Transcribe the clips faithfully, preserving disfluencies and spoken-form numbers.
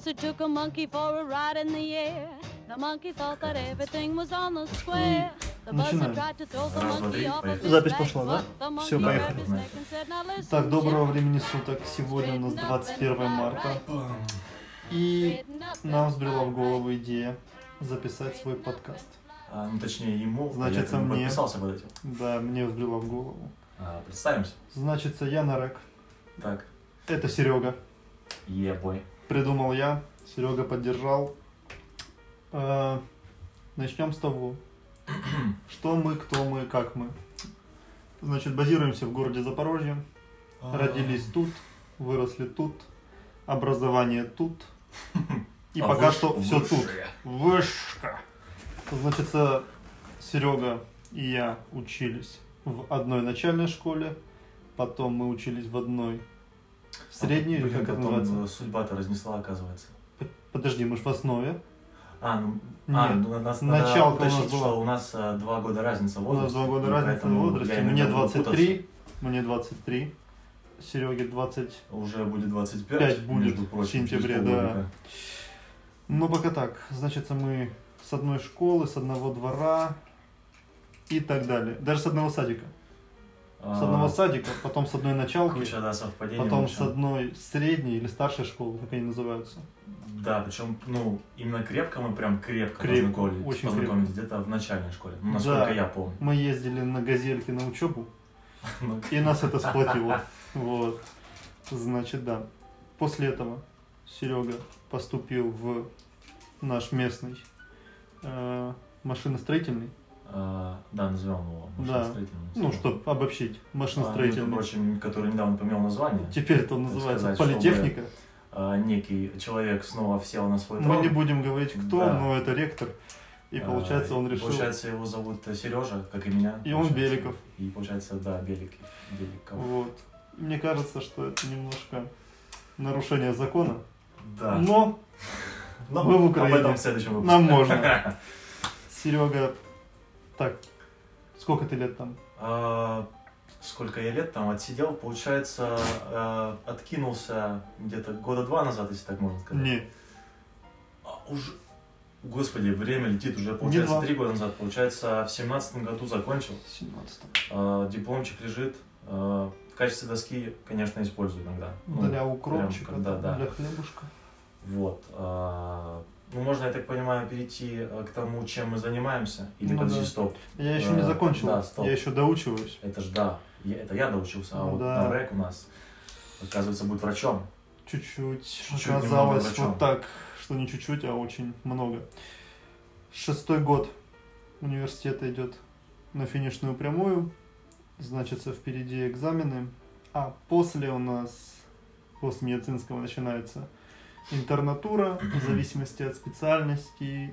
professor took a monkey for a ride in the air. The monkey thought that everything was on the square. The buzzer tried to throw the monkey off of his Запись back, пошла, да? but the monkey Все, grabbed поехали. his neck and said, "Now listen, Так, доброго Jack, времени суток. Сегодня у нас двадцать первое марта. И нам взбрела в голову идея записать свой подкаст. А, ну, точнее, ему, Значит, я мне... подписался под этим. Да, мне взбрела в голову. А, представимся. Значит, я Нарек. Так. Это Серега. Ебой. Придумал я, Серега поддержал. А, начнем с того, что мы, кто мы, как мы. Значит, базируемся в городе Запорожье. Родились тут, выросли тут, образование тут. И а пока выше, что все выше. тут. Вышка. Значит, Серега и я учились в одной начальной школе, потом мы учились в одной средней, а, блин, как это потом называется? Судьба-то разнесла, оказывается. Подожди, мы же в основе. А, ну, Нет, а, ну нас началка надо у нас уточнить, была. что у нас а, два года разница в У возрасте. нас два года и разница в поэтому возрасте. я Мне иногда буду двадцать путаться. три, мне двадцать три, Сереге двадцать Уже будет двадцать пять, пять будет между в прочим, через сентябре, да. полгодика. Ну, пока так. Значит, мы с одной школы, с одного двора и так далее. Даже с одного садика. С одного садика, потом с одной началки, Куча, да, совпадений. потом в общем. с одной средней или старшей школы, как они называются. Да, причем, ну, именно крепко мы прям крепко, Крепко, познакомились, очень познакомились где-то в начальной школе, ну, насколько Да. я помню. Мы ездили на газельке на учебу, Ну, и нас это сплотило. Вот. Значит, да. После этого Серега поступил в наш местный э, машиностроительный. а, да, назовем его Да. машиностроительным. Ну, чтобы обобщить, А, между машиностроительный. прочим, который недавно поменял название. Теперь это называется сказать, политехника. А, некий человек снова сел на свой Мы трон. не будем говорить, кто, Да. но это ректор. И А, получается, он решил... Получается, его зовут Сережа, как и меня. И он получается. Беликов. И получается, да, Белик. Беликов. Вот. Мне кажется, что это немножко нарушение закона. Да. Но Но мы в Украине. об этом в следующем выпуске. нам можно. Серега, так, сколько ты лет там? А, сколько я лет там отсидел, получается, а, откинулся где-то года два назад, если так можно сказать. Не, А, уже... Господи, время летит уже, получается, два. три года назад. Получается, в семнадцатом году закончил. семнадцатом. А, дипломчик лежит. А, в качестве доски, конечно, использую иногда. Ну, Для укропчика, прям, когда, да. для хлебушка. Вот. а, ну, можно, я так понимаю, перейти а, к тому, чем мы занимаемся. Или Ну подожди, да. стоп. Я еще не А, закончил, да, стоп. я еще доучиваюсь. Это ж да. Я- это я доучился, а Ну вот да. Нарек у нас, оказывается, будет врачом. Чуть-чуть. Чуть-чуть Оказалось немного врачом. вот так, что не чуть-чуть, а очень много. Шестой год университета идет на финишную прямую. Значится, впереди экзамены. А после у нас, после медицинского, начинается интернатура, в зависимости от специальности,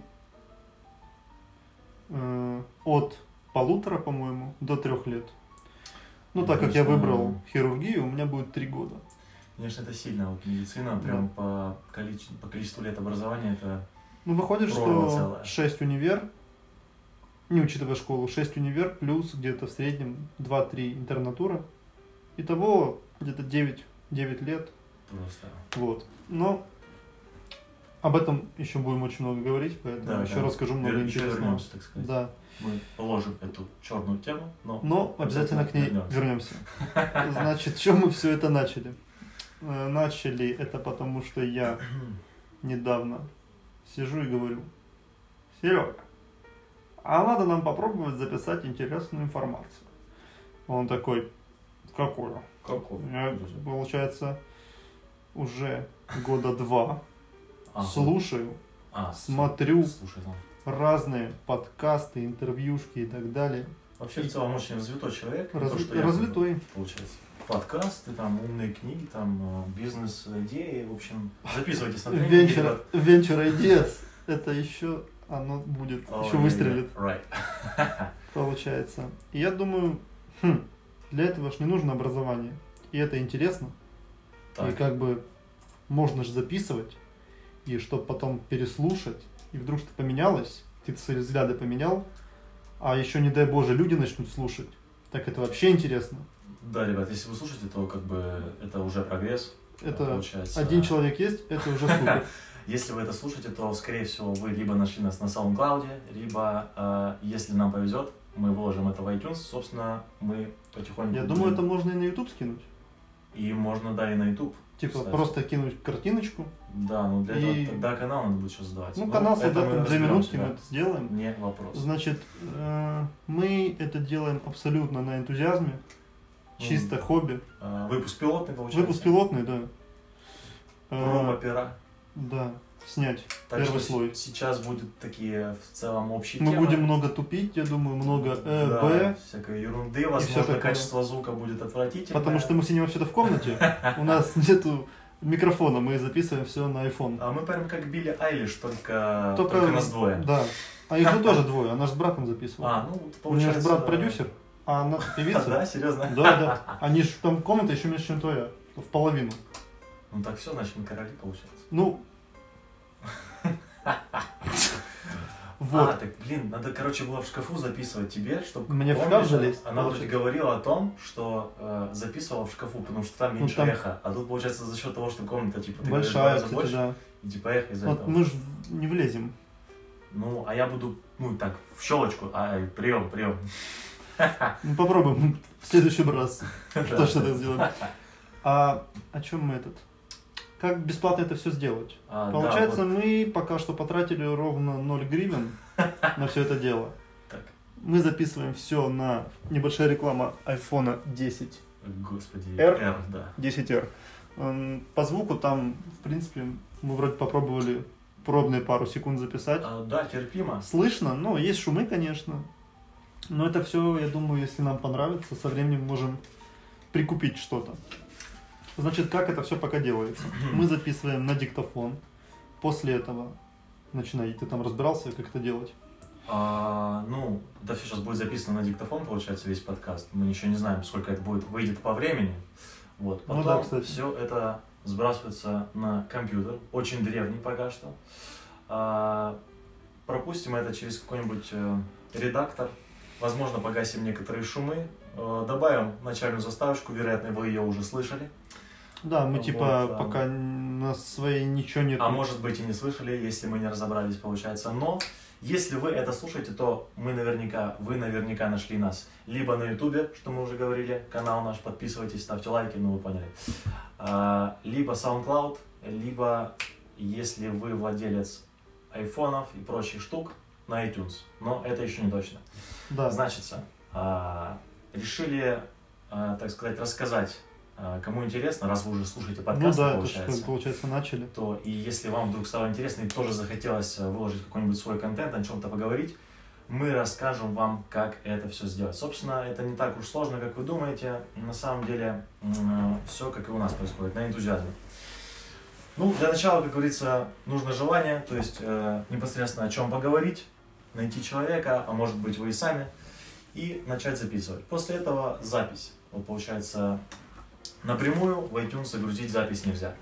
э, от полутора, по-моему, до трех лет. Ну, так как я Конечно. выбрал хирургию, у меня будет три года. Конечно, это сильно. Вот медицина, прям Да. по, количеству, по количеству лет образования, это... Ну, выходит, Прорва что целая. шесть универ, не учитывая школу, шесть универ, плюс где-то в среднем два-три интернатура. Итого где-то девять, девять лет. Просто... Вот. Но об этом еще будем очень много говорить, поэтому Да, еще да. расскажу много Вер- еще интересного. вернемся, так сказать. Да. Мы положим эту черную тему, но... Но обязательно к ней Вернемся. вернемся. Значит, чем мы все это начали? Э, Начали это потому, что я недавно сижу и говорю: Серега, а надо нам попробовать записать интересную информацию. Он такой: какую? Какой? Я, получается, уже года два А, слушаю, а, смотрю Слушай, ну, разные подкасты, интервьюшки и так далее. вообще, в целом, очень развитой человек. не то, Разви- что я развитой. Получается. Подкасты, там, умные книги, там, э, бизнес-идеи, в общем, записывайтесь на тренинги, Venture, ребят. Venture Ideas, это еще, оно будет, Oh, еще yeah, выстрелит, yeah. Right. получается. И я думаю, хм, для этого ж не нужно образование. И это интересно. И Так, как бы можно же записывать, и чтобы потом переслушать, и вдруг что-то поменялось, ты свои взгляды поменял, а еще, не дай Боже, люди начнут слушать. Так это вообще интересно. да, ребят, если вы слушаете, то как бы это уже прогресс. Это получается. один человек есть, это уже супер. Если вы это слушаете, то, скорее всего, вы либо нашли нас на SoundCloud, либо, э, если нам повезет, мы выложим это в iTunes, собственно, мы потихоньку... Я будем... думаю, это можно и на YouTube скинуть. И можно, да, и на YouTube. Типа кстати. Просто кинуть картиночку. Да, ну для и... этого тогда канал надо будет сейчас создавать. Ну, Но канал создать, мы две минутки, да. мы это сделаем. Не вопрос. Значит, э, мы это делаем абсолютно на энтузиазме. Чисто mm. хобби. А, выпуск пилотный, получается? Выпуск пилотный, да. Проба пера. Да, снять так первый что слой. Сейчас будут такие в целом общие Мы темы. будем много тупить, я думаю, много э, да, б. всякой ерунды, возможно, качество звука будет отвратительное. Потому что мы сидим вообще-то в комнате, у нас нету микрофона, мы записываем все на iPhone. А мы прям как Билли Айлиш, только, только, только нас двое. Да, а их же тоже двое, она же с братом записывала. А, ну, получается... У нее же брат продюсер, а она певица. Да, серьезно? Да, да. Они же там комната еще меньше, чем твоя, в половину. Ну так все, значит, мы короли, получается. Ну... Вот. А, так, блин, надо, короче, было в шкафу записывать тебе, чтобы... Мне в шкаф залезть? Она вроде говорила о том, что э, записывала в шкафу, потому что там меньше ну, там... эхо. А тут, получается, за счет того, что комната, типа, ты большая, кстати, больше, да. И типа эхо из-за вот этого. Мы же не влезем. Ну, а я буду, ну, так, в щелочку. А, прием, прием. Ну, попробуем в следующий раз. Точно так сделаем. А о чем мы этот? Как бесплатно это все сделать? А, Получается, да, вот. мы пока что потратили ровно ноль гривен на все это дело. Так. Мы записываем все на небольшая реклама айфон десять. Господи, R, R, да. десять эр. По звуку там, в принципе, мы вроде попробовали пробные пару секунд записать. А, да, терпимо. Слышно, но есть шумы, конечно. Но это все, я думаю, если нам понравится, со временем можем прикупить что-то. Значит, как это все пока делается? Мы записываем на диктофон. После этого, начинай, ты там разбирался, как это делать? А, ну, это все сейчас будет записано на диктофон, получается, весь подкаст. Мы еще не знаем, сколько это будет, выйдет по времени. Вот. Потом ну да, кстати. все это сбрасывается на компьютер, очень древний пока что. А, пропустим это через какой-нибудь э, редактор. Возможно, погасим некоторые шумы. Э, добавим начальную заставочку, вероятно, вы ее уже слышали. Да, мы вот, типа да. пока на своей ничего нет. А может быть и не слышали, если мы не разобрались, получается. Но если вы это слушаете, то мы наверняка, вы наверняка нашли нас либо на ютубе, что мы уже говорили, канал наш, подписывайтесь, ставьте лайки, ну вы поняли. А, либо SoundCloud, либо если вы владелец айфонов и прочих штук, на iTunes. Но это еще не точно. Да. Значится, а, решили, а, так сказать, рассказать. Кому интересно, раз вы уже слушаете подкаст, ну да, получается, это, получается, начали. то и если вам вдруг стало интересно и тоже захотелось выложить какой-нибудь свой контент, о чем-то поговорить, мы расскажем вам, как это все сделать. Собственно, это не так уж сложно, как вы думаете. На самом деле, все как и у нас происходит, на энтузиазме. Ну, для начала, как говорится, нужно желание, то есть э, непосредственно о чем поговорить, найти человека, а может быть вы и сами, и начать записывать. После этого запись. Вот получается... Напрямую в iTunes загрузить запись нельзя.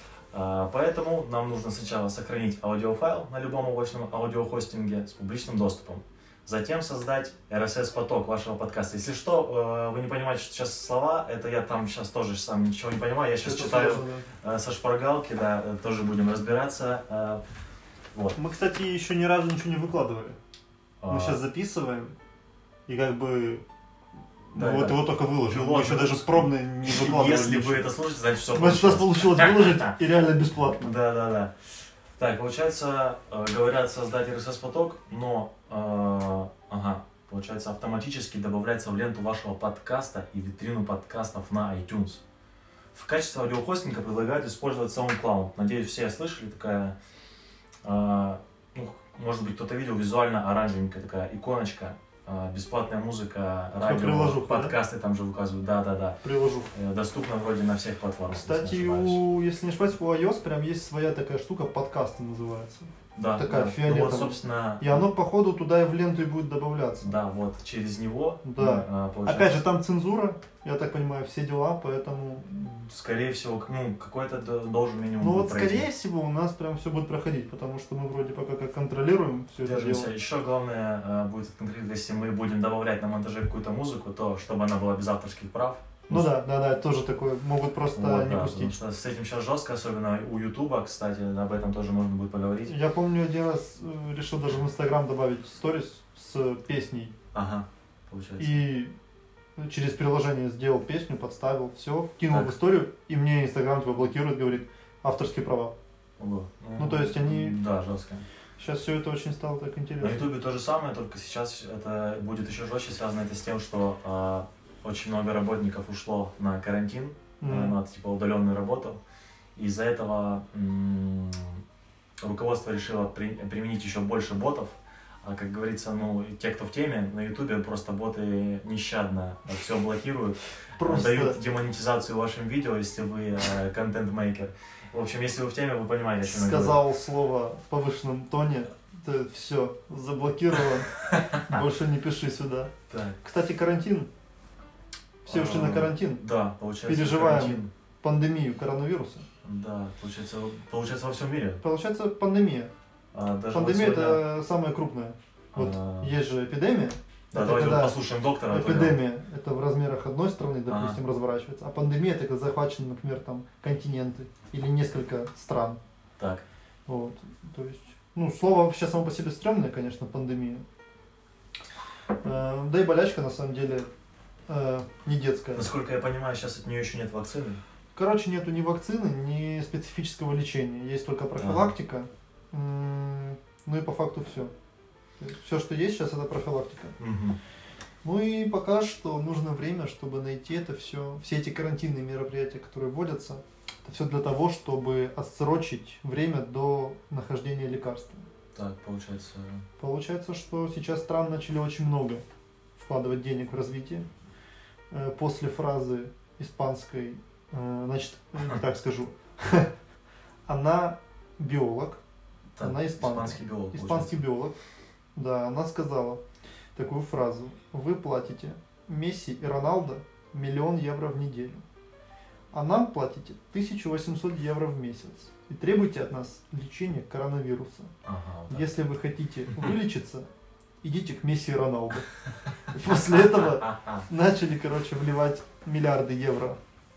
Поэтому нам нужно сначала сохранить аудиофайл на любом облачном аудиохостинге с публичным доступом. Затем создать эр эс эс-поток вашего подкаста. Если что, вы не понимаете, что сейчас слова, это я там сейчас тоже сам ничего не понимаю. Я сейчас это читаю сложно, да. со шпаргалки, да, тоже будем разбираться. Вот. Мы, кстати, еще ни разу ничего не выкладывали. Мы а... сейчас записываем, и как бы... Да, ну, вот его только выложил, мы еще даже пробно не выкладывали. Если вы это слушаете, значит все получилось. Значит, у нас получилось выложить и реально бесплатно. Да, да, да. Так, получается, говорят создать эр эс эс-поток, но, э, ага, получается, автоматически добавляется в ленту вашего подкаста и витрину подкастов на iTunes. В качестве аудиохостинга предлагают использовать SoundCloud. Надеюсь, все слышали, такая, э, ну, может быть, кто-то видел, визуально оранжевенькая такая иконочка. Бесплатная музыка, радио, приложу, подкасты да? Там же указывают, да-да-да. Приложу. Доступно вроде на всех платформах. Кстати, если не, у, если не ошибаюсь, у iOS прям есть своя такая штука, подкасты называется. Да, такая да. фиолетовая. Ну, вот, собственно... И оно, походу, туда и в ленту и будет добавляться. Да, вот, через него. Да. Ну, опять же, там цензура, я так понимаю, все дела, поэтому... Скорее всего, ну, какой-то должен минимум Ну вот, пройти. скорее всего, у нас прям все будет проходить, потому что мы вроде пока как контролируем все это дело. Еще главное будет контролировать, если мы будем добавлять на монтаже какую-то музыку, то чтобы она была без авторских прав. Ну да, да, да, тоже такое, могут просто Вот, не да, пустить. потому что с этим сейчас жестко, особенно у Ютуба, кстати, об этом тоже можно будет поговорить. Я помню, один раз э, решил даже в Инстаграм добавить сторис с песней. Ага, получается. И через приложение сделал песню, подставил, все, вкинул Так. в историю, и мне Инстаграм типа блокирует, говорит, авторские права. Ого. Ну, то есть они- Да, жестко. Сейчас все это очень стало так На интересно. Ютубе то же самое, только сейчас это будет еще жестче, связано это с тем, что а, очень много работников ушло на карантин, М. на типа удаленную работу. Из-за этого м, руководство решило при- применить еще больше ботов. А как говорится, ну, те, кто в теме, на Ютубе просто боты нещадно все блокируют, Просто дают демонетизацию вашим видео, если вы э, контент-мейкер. В общем, если вы в теме, вы понимаете, о чем я говорю. сказал слово в повышенном тоне, то все, заблокирован, больше не пиши сюда. Так. Кстати, карантин. Все ушли на карантин. Да, получается, Переживаем. карантин. Пандемию коронавируса. Да, получается, получается во всем мире. Получается, пандемия. А, даже Пандемия вот сегодня- это самая крупная. Вот А. есть же эпидемия. Да, это давайте когда вот послушаем доктора. а то я- Эпидемия это в размерах одной страны, допустим, Ага. разворачивается, а пандемия это когда захвачены, например, там континенты или несколько стран. Так, Вот. То есть, ну, слово вообще само по себе стрёмное, конечно, пандемия. Э, Да и болячка на самом деле э, не детская. насколько я понимаю, сейчас от нее еще нет вакцины. Короче, нету ни вакцины, ни специфического лечения. Есть только профилактика. М, Ну и по факту все. Все, что есть сейчас, это профилактика. Мгм. Ну и пока что нужно время, чтобы найти это все. Все эти карантинные мероприятия, которые вводятся, это все для того, чтобы отсрочить время до нахождения лекарства. Так, получается. Получается, что сейчас страны начали очень много вкладывать денег в развитие. Э, После фразы испанской, э, значит, не так скажу, она биолог, Так, Она испанка. испанский биолог. испанский биолог, да, она сказала такую фразу: вы платите Месси и Роналдо миллион евро в неделю, а нам платите тысячу восемьсот евро в месяц и требуете от нас лечения коронавируса. Ага, вот так. Если вы хотите вылечиться, идите к Месси и Роналду. И после этого Ага. начали, короче, вливать миллиарды евро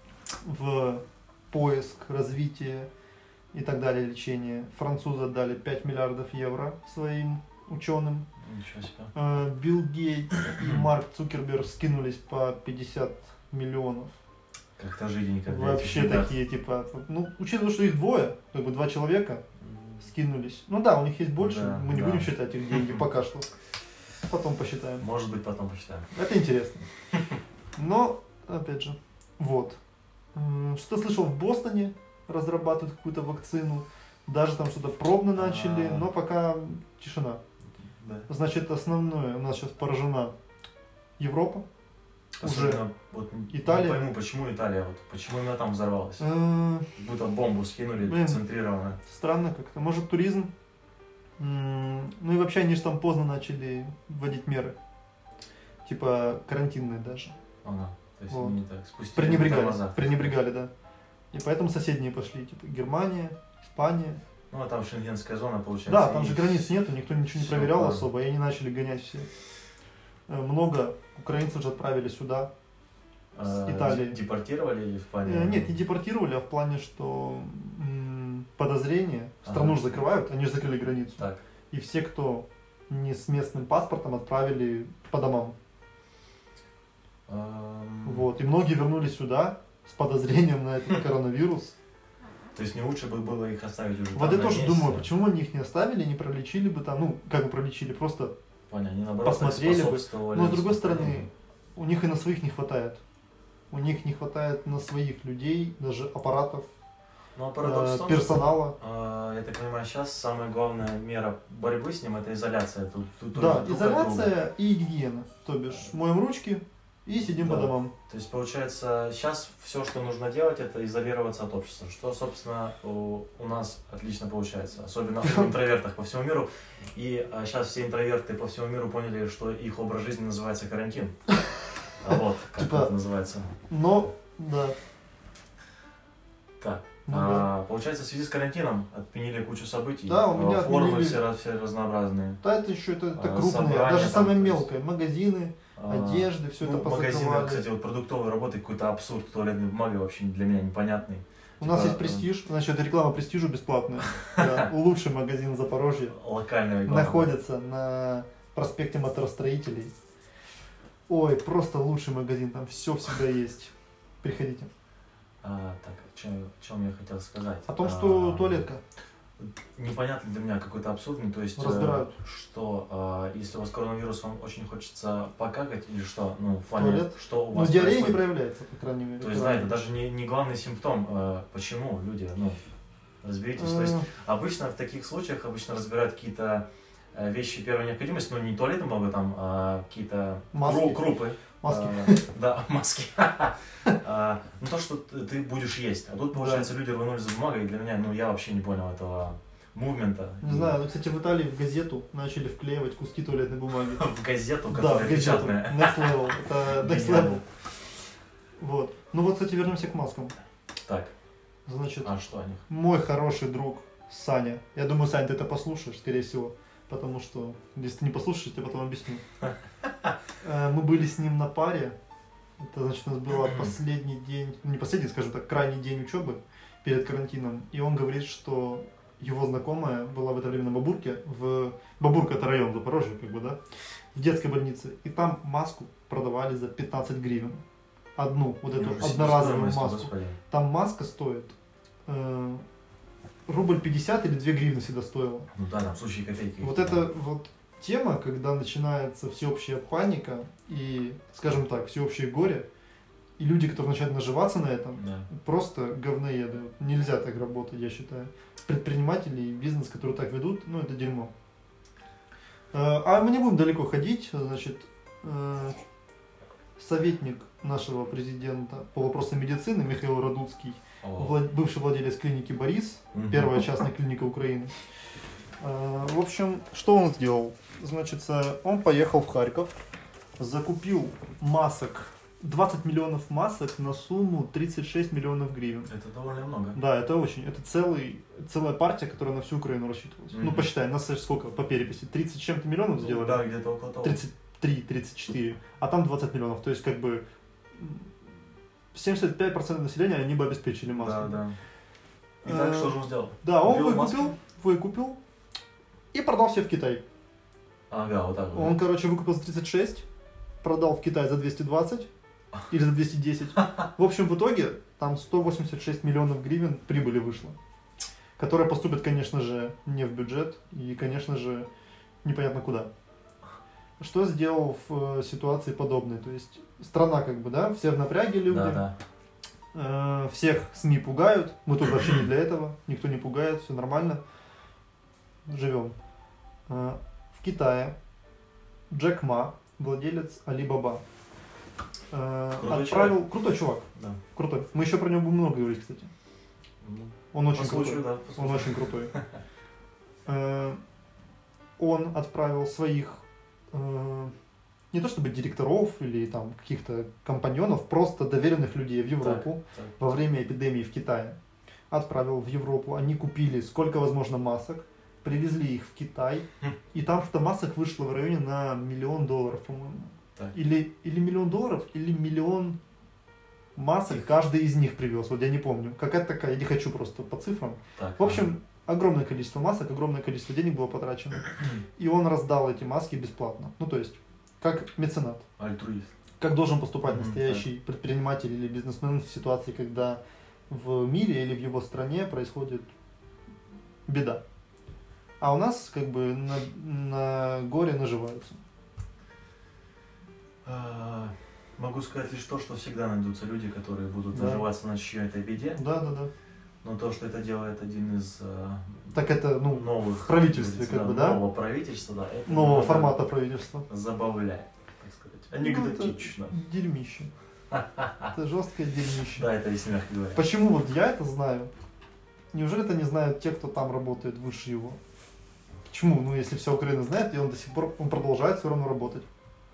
в поиск, развитие и так далее, лечение. Французы отдали пять миллиардов евро своим ученым. Ничего себе. Э, Билл Гейтс и Марк Цукерберг скинулись по пятьдесят миллионов. Как-то жиденько. для Вообще этих ребят. такие, типа, ну, учитывая, что их двое, как бы два человека М, скинулись. Ну да, у них есть больше, Да, мы не да. будем считать их деньги пока что. Потом посчитаем. Может быть, потом посчитаем. Это интересно. Но, опять же, вот. М, Что слышал, в Бостоне разрабатывают какую-то вакцину. Даже там что-то пробно начали, А. но пока тишина. Да. Значит, основное у нас сейчас поражена Европа. Уже. Особенно, вот, Италия. Не пойму, почему Италия, вот, почему именно там взорвалась. Э, Как будто бомбу скинули Блин. центрированно. Странно как-то. Может, туризм? М, Ну и вообще они же там поздно начали вводить меры. Типа карантинные даже. Ага, то есть Вот. они так спустили Пренебрегали. тормоза. Пренебрегали, да. И поэтому соседние пошли. Типа Германия, Испания. Ну, а там шенгенская зона, получается. Да, там и же границ нету, никто ничего не всё, проверял да. особо, и они начали гонять все. Э, Много украинцев же отправили сюда. а, с Италии. Депортировали или в плане... Э, Нет, не депортировали, а в плане, что м, подозрение, страну Ага. же закрывают, они же закрыли границу. Так. И все, кто не с местным паспортом, отправили по домам. эм, Вот. И многие вернулись сюда с подозрением на этот коронавирус. То есть не лучше бы было их оставить уже Вот там я на тоже месте? думаю, почему они их не оставили, не пролечили бы там, ну, как бы пролечили, просто Понял, они наоборот так посмотрели бы. способствовали Но с другой распространению. стороны, у них и на своих не хватает. У них не хватает на своих людей, даже аппаратов, Ну, а парадокс э, в том, персонала. что, э, я так понимаю, сейчас самая главная мера борьбы с ним — это изоляция. Тут, тут Да, тоже друг от друга. изоляция и гигиена. То бишь, моем ручки и сидим Да. по домам. То есть, получается, сейчас все, что нужно делать, это изолироваться от общества, что, собственно, у, у нас отлично получается, особенно у интровертах по всему миру. И а, сейчас все интроверты по всему миру поняли, что их образ жизни называется карантин. А вот, как Типа- это называется. Но, да. Так, Ну а, получается, в связи с карантином отменили кучу событий. Да, у меня а, Формы отменили- все, раз- все разнообразные. Да, это еще это, это А, крупные, собрания даже там, самое то есть- мелкое. Магазины, одежды, все ну, это магазины, позакрывали. кстати, вот продуктовые работы, какой-то абсурд туалетной бумаги вообще для меня непонятный. У типа, нас есть Престиж, значит, реклама Престижу бесплатная. Да, лучший магазин Запорожья. Локальная реклама. Находится на проспекте Моторостроителей. Ой, просто лучший магазин, там все всегда есть. Приходите. А, так, о чем я хотел сказать? О том, что а, туалетка. Непонятно для меня какой-то абсурдный, то есть, Разбирают. э, что э, если у вас коронавирус, вам очень хочется покакать или что, ну, в плане, Туалет? что у Ну, вас диарея не происходит? проявляется, по крайней мере. То есть, да, это даже не, не главный симптом, э, почему люди, ну, разберитесь. То есть, обычно в таких случаях обычно разбирают какие-то э, вещи первой необходимости, но не туалет много там, а какие-то кру- крупы. Маски. Э, да, маски. э, ну, то, что ты будешь есть. А тут, получается, люди рванули за бумагой, и для меня, ну, я вообще не понял этого мувмента. Не знаю, ну, кстати, в Италии в газету начали вклеивать куски туалетной бумаги. В газету, Да, которая в газету. печатная. Next level. Это next Гениально. level. Вот. Ну вот, кстати, вернемся к маскам. Так, Значит, а что о них? мой хороший друг Саня. Я думаю, Сань, ты это послушаешь, скорее всего. Потому что, если ты не послушаешь, я тебе потом объясню. Э, Мы были с ним на паре. Это, значит, у нас был последний день, ну, не последний, скажем так, крайний день учебы перед карантином. И он говорит, что его знакомая была в это время на Бабурке. В... Бабурка — это район Запорожья, как бы, да? В детской больнице. И там маску продавали за пятнадцать гривен. Одну, вот эту Ужас, одноразовую стоимость, маску. господи. Там маска стоит э, рубль пятьдесят или две гривны всегда стоила. Ну да, там сущие копейки. Вот это вот тема, когда начинается всеобщая паника и, скажем так, всеобщее горе, и люди, которые начинают наживаться на этом, Да. просто говноеды. Нельзя так работать, я считаю. Предприниматели и бизнес, которые так ведут, ну это дерьмо. Э, А мы не будем далеко ходить, значит, э, советник нашего президента по вопросам медицины Михаил Радуцкий, О. влад- бывший владелец клиники «Борис», Мгм. первая частная клиника Украины. Э, В общем, что он сделал? Значит, э, он поехал в Харьков, закупил масок, двадцать миллионов масок на сумму тридцать шесть миллионов гривен. Это довольно много. Да, это очень, это целый, целая партия, которая на всю Украину рассчитывалась. Ну, Мгм. посчитай, нас сколько по переписи? тридцать с чем-то миллионов Ну, сделали? да, где-то около того. тридцать три тридцать четыре, а там двадцать миллионов. То есть, как бы, семьдесят пять процентов населения они бы обеспечили маской. Да, да. Итак, Э, что же он сделал? Да, он Купил выкупил, маски? выкупил и продал все в Китай. Ага, вот так вот. Он, короче, выкупил за тридцать шесть, продал в Китай за двести двадцать или за двести десять. В общем, в итоге там сто восемьдесят шесть миллионов гривен прибыли вышло, которая поступит, конечно же, не в бюджет и, конечно же, непонятно куда. Что сделал в э, ситуации подобной? То есть страна, как бы, да, все в напряге люди, Да, да. э, всех СМИ пугают, мы тут вообще не для этого, никто не пугает, все нормально, живем. Э, в Китае Джек Ма, владелец Alibaba, э, Крутой отправил... человек. Крутой чувак, Да. крутой. Мы еще про него будем много говорить, кстати. Ну, Он очень по случаю, крутой. да, по Он случаю. очень крутой. Э, Он отправил своих э, не то чтобы директоров или там каких-то компаньонов, просто доверенных людей в Европу Так. во время эпидемии в Китае. Отправил в Европу. Они купили сколько возможно масок, привезли их в Китай, Хм. и там что масок вышло в районе на миллион долларов, по-моему. Так. Или, или миллион долларов, или миллион масок каждый из них привез. Вот я не помню. Какая-то такая, я не хочу просто по цифрам. Так, В общем, огромное количество масок, огромное количество денег было потрачено. И он раздал эти маски бесплатно. Ну, то есть, как меценат. альтруист. Как должен поступать Мгм, настоящий предприниматель или бизнесмен в ситуации, когда в мире или в его стране происходит беда. А у нас как бы на, на горе наживаются. А, Могу сказать лишь то, что всегда найдутся люди, которые будут Да. наживаться на чьей-то беде. Да, да, да. Но то, что это делает один из э, Так это, ну, новых в правительстве, как бы, да? нового правительства, да, это Нового немного формата правительства. забавляет, так сказать. Ну, Анекдотично. это дерьмище. Это жесткое дерьмище. Да, это если мягко говоря. Почему вот я это знаю? Неужели это не знают те, кто там работает выше его? Почему? Ну, если вся Украина знает, и он до сих пор он продолжает все равно работать.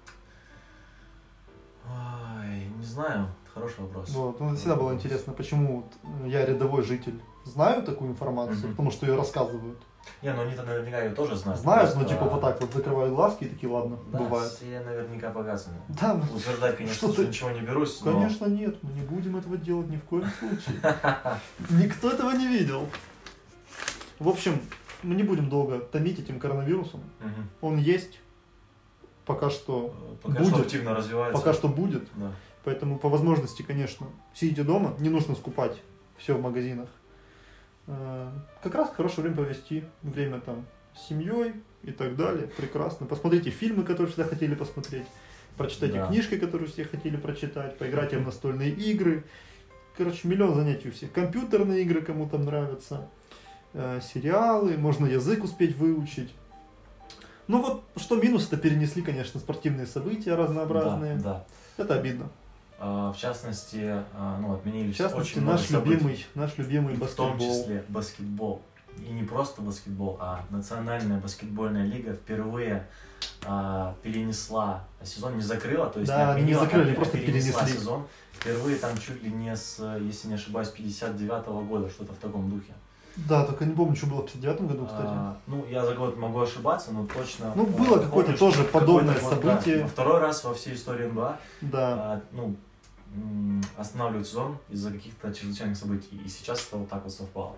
Ой, не знаю, это хороший вопрос. Вот. Ну, всегда было интересно, почему вот я, рядовой житель, знаю такую информацию, Мгм. потому что ее рассказывают. Не, ну они-то наверняка ее тоже знают. Знают, просто, но типа вот так вот закрывают глазки и такие, ладно, да, бывает. все наверняка погасаны. Да, ну, Утверждать, конечно, что что ты- ничего не берусь, но... конечно нет, мы не будем этого делать ни в коем случае. Никто этого не видел. В общем, мы не будем долго томить этим коронавирусом. Мгм. Он есть, пока что, Пока Будет. что активно развивается. пока что будет. Да. Поэтому по возможности, конечно, сидите дома, не нужно скупать все в магазинах. Э, Как раз хорошее время провести, время там с семьей и так далее. Прекрасно. Посмотрите фильмы, которые всегда хотели посмотреть. Прочитайте Да. книжки, которые все хотели прочитать. Поиграйте в настольные игры. Короче, миллион занятий у всех. Компьютерные игры кому-то нравятся. Э, Сериалы. Можно язык успеть выучить. Ну вот, что минус, это перенесли, конечно, спортивные события разнообразные. Да, да. Это обидно. А, в частности, а, ну, отменили В частности, очень много наш событий, любимый, наш любимый в баскетбол. том числе баскетбол. И не просто баскетбол, а Национальная баскетбольная лига впервые а, перенесла сезон, не закрыла, то есть Да, не не отменила, закрыли, а просто перенесла перенесли. сезон. Впервые там чуть ли не с, если не ошибаюсь, пятьдесят девятого года, что-то в таком духе. Да, только не помню, что было в пятьдесят девятом году, кстати. А, ну, я за год могу ошибаться, но точно... Ну, было а, какое-то помню, тоже что подобное какое-то вот, да, событие. второй раз во всей истории эн бэ а Да. а, ну, м, останавливают сезон из-за каких-то чрезвычайных событий. И сейчас это вот так вот совпало.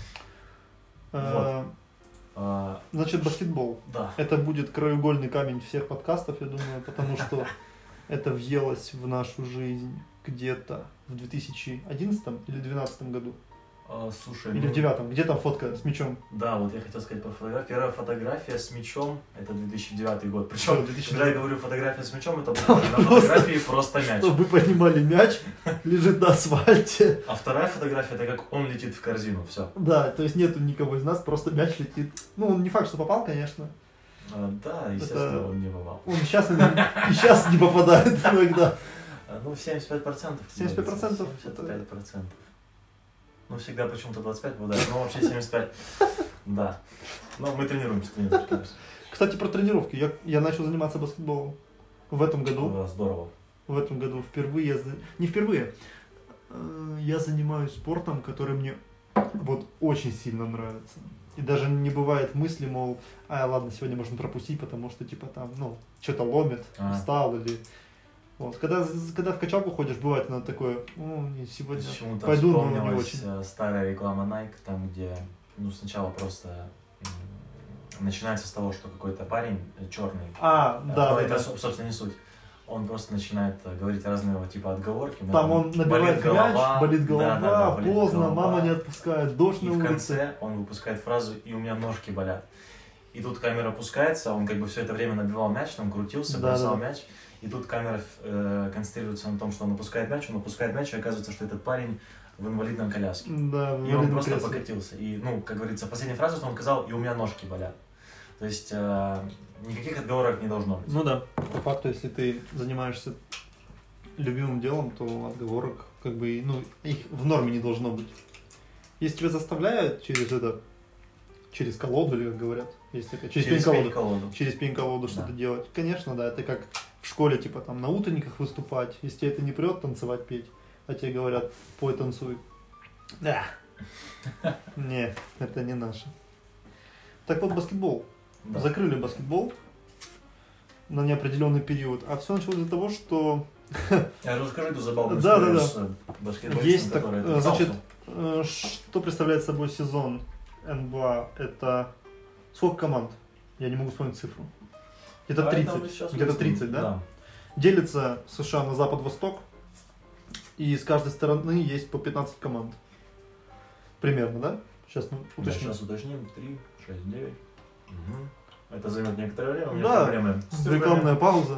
Э, А, Значит, баскетбол. да. Это будет краеугольный камень всех подкастов, я думаю, потому что это въелось в нашу жизнь где-то в две тысячи одиннадцатом или две тысячи двенадцатом году. А, слушай, Или ну, в девятом. Где там фотка с мячом? да, вот я хотел сказать про фотографию. Первая фотография с мячом, это две тысячи девятый год. Что, Причем, две тысячи когда я девятый? говорю фотография с мячом, это было на фотографии просто мяч. Чтобы вы понимали, мяч лежит на асфальте. А вторая фотография, это как он летит в корзину, все. Да, то есть нету никого из нас, просто мяч летит. Ну, он не факт, что попал, конечно. Да, естественно, Это- он не попал. Он сейчас и сейчас не попадает иногда. А, Ну, семьдесят пять процентов. семьдесят пять процентов семьдесят пять процентов. Ну, всегда почему-то двадцать пять попадает, но вообще семьдесят пять. Да. Но мы тренируемся, тренируемся, конечно. Кстати, про тренировки. Я, я начал заниматься баскетболом в этом году. Да, здорово. В этом году впервые. за- Не впервые. Э, Я занимаюсь спортом, который мне вот очень сильно нравится. И даже не бывает мысли, мол, а ладно, сегодня можно пропустить, потому что типа там, ну, что-то ломит, А. устал или... Вот. Когда, когда в качалку ходишь, бывает она такое, ну, не сегодня Почему-то пойду, но не вспомнилась очень. э, старая реклама Nike, там, где, ну, сначала просто м, начинается с того, что какой-то парень э, черный, А, э, да, ну, да, это, да. соб- собственно, не суть. Он просто начинает э, говорить разного типа отговорки. у меня Там он набивает болит мяч, голова, болит голова, да, да, да, болит поздно, голова. мама не отпускает, дождь И на в улице. конце он выпускает фразу «и у меня ножки болят». И тут камера опускается, он как бы все это время набивал мяч, там крутился, Да, бросал да. мяч. И тут камера э, концентрируется на том, что он опускает мяч, он опускает мяч, и оказывается, что этот парень в инвалидном коляске. Да, в И он инвалидном просто кресле. покатился. И, ну, как говорится, последняя фраза, что он сказал, и у меня ножки болят. То есть э, никаких отговорок не должно быть. Ну да, по факту, если ты занимаешься любимым делом, то отговорок, как бы, ну, их в норме не должно быть. Если тебя заставляют через это, через колоду, или как говорят, есть такая, через, Через пень-колоду, пень-колоду. через пень-колоду Да. что-то делать, конечно, да, это как в школе, типа, там, на утренниках выступать, если тебе это не прет, танцевать, петь, а тебе говорят, пой, танцуй. Да. Не, это не наше. Так вот, баскетбол. Да. Закрыли баскетбол на неопределенный период, а все началось из-за того, что Я расскажи эту забавную Да, историю да, да. с э, баскетболистом, есть так, который э, отписался. значит, э, что представляет собой сезон эн бэ а, это сколько команд? Я не могу вспомнить цифру. Где-то А это тридцать, мы сейчас где-то выясним. тридцать, да? Делится США на запад-восток, и с каждой стороны есть по пятнадцать команд. Примерно, да? Сейчас мы Да, уточним. сейчас уточним. три, шесть, девять. Угу. Это займет некоторое время. У меня Да, проблемы с цифрами. Рекламная пауза.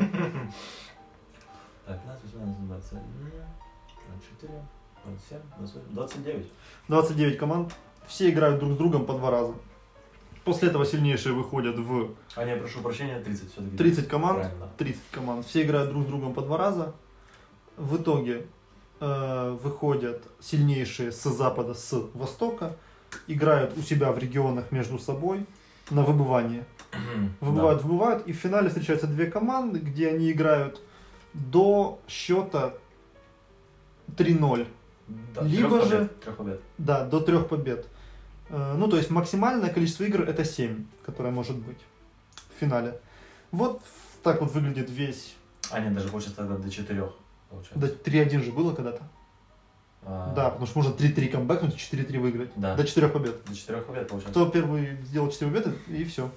Так, пятнадцать, восемнадцать, двадцать один, двадцать четыре, двадцать семь, двадцать восемь, двадцать девять. двадцать девять команд. Все играют друг с другом по два раза. После этого сильнейшие выходят в А не, прошу прощения, тридцать все-таки. тридцать команд. Правильно. тридцать команд. Все играют друг с другом по два раза. В итоге э, выходят сильнейшие с запада, с востока. Играют у себя в регионах между собой на выбывание. Выбывают, выбывают. И в финале встречаются две команды, где они играют до счета три ноль. Да. Либо Трех же- побед, трех побед. Да, до трех побед. Э, ну, то есть максимальное количество игр это семь, которое может быть в финале. Вот так вот выглядит весь... А, нет, даже получается тогда до четырех. До три один же было когда-то. А... Да, потому что можно три-три камбэкнуть и четыре-три выиграть. Да. До четырех побед. До четырех побед получается. Кто первый сделал четыре победы, и все.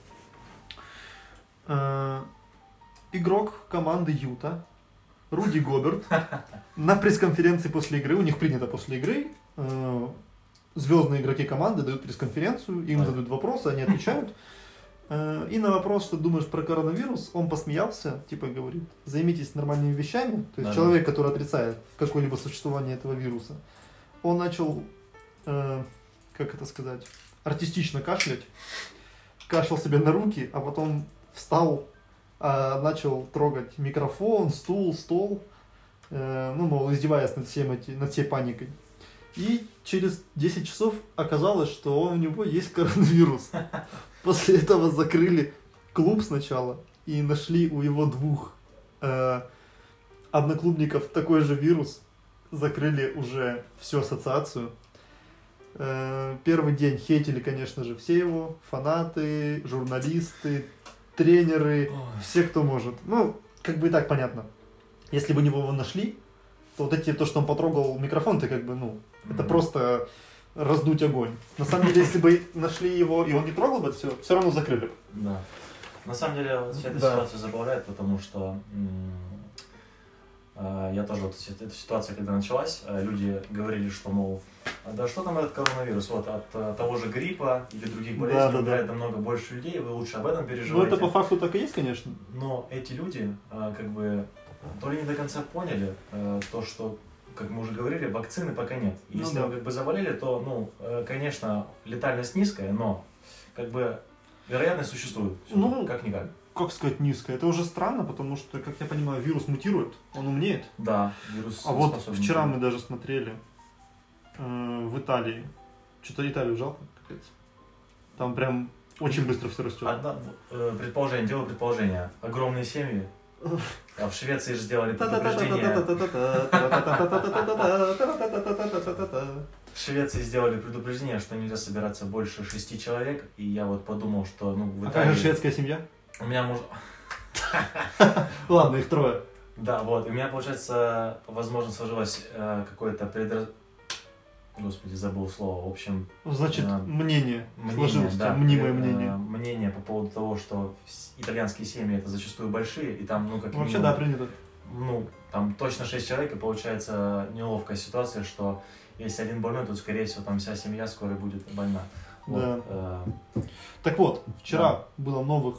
Игрок команды Юта, Руди Гоберт, на пресс-конференции после игры, у них принято после игры, звездные игроки команды дают пресс-конференцию, им задают вопросы, они отвечают. И на вопрос, что думаешь про коронавирус, он посмеялся, типа говорит, займитесь нормальными вещами. То есть да, человек, который отрицает какое-либо существование этого вируса, он начал, э, как это сказать, артистично кашлять, кашлял себе на руки, а потом встал, э, начал трогать микрофон, стул, стол, э, ну, мол, издеваясь над, всем эти, над всей паникой. И через десять часов оказалось, что у него есть коронавирус. После этого закрыли клуб сначала и нашли у его двух э, одноклубников такой же вирус. Закрыли уже всю ассоциацию. Э, первый день хейтили, конечно же, все его фанаты, журналисты, тренеры, Ой. все, кто может. Ну, как бы и так понятно. Если бы его нашли, то вот эти, то, что он потрогал микрофон, ты как бы, ну, mm-hmm. это просто... раздуть огонь. На самом деле, если бы нашли его, и он не трогал бы это все, все равно закрыли бы. Да. На самом деле, вот вся эта да. ситуация забавляет, потому что э, я тоже, вот эта ситуация, когда началась, люди говорили, что, мол, да что там этот коронавирус, вот от э, того же гриппа или других болезней да, да, умирает да. намного больше людей, вы лучше об этом переживаете. Ну, это по факту так и есть, конечно. Но эти люди, э, как бы, то ли не до конца поняли э, то, что, как мы уже говорили, вакцины пока нет. И ну, если да. вы как бы заболели, то, ну, э, конечно, летальность низкая, но, как бы, вероятность существует. Ну, как-никак. Как сказать низкая? Это уже странно, потому что, как я понимаю, вирус мутирует, он умнеет. Да, вирус. А вот вчера мы даже смотрели э, в Италии. Что-то Италию жалко, капец. Там прям очень быстро все растет. Одна, э, предположение, делаю предположение. Огромные семьи. А в Швеции же сделали предупреждение. В Швеции сделали предупреждение, что нельзя собираться больше шести человек. И я вот подумал, что ну в Италии... А как же шведская семья? У меня муж... Ладно, их трое. Да, вот. И у меня, получается, возможно, сложилось э, какое-то предра... Господи, забыл слово. В общем... Значит, э, мнение. мнение сложилось, да, мнимое э, мнение. Мнение по поводу того, что итальянские семьи это зачастую большие, и там, ну, как Вообще, минимум, да, принято. Ну, там точно шесть человек, и получается неловкая ситуация, что если один больной, то, скорее всего, там вся семья скоро будет больна. Вот, да. э... Так вот, вчера да. было новых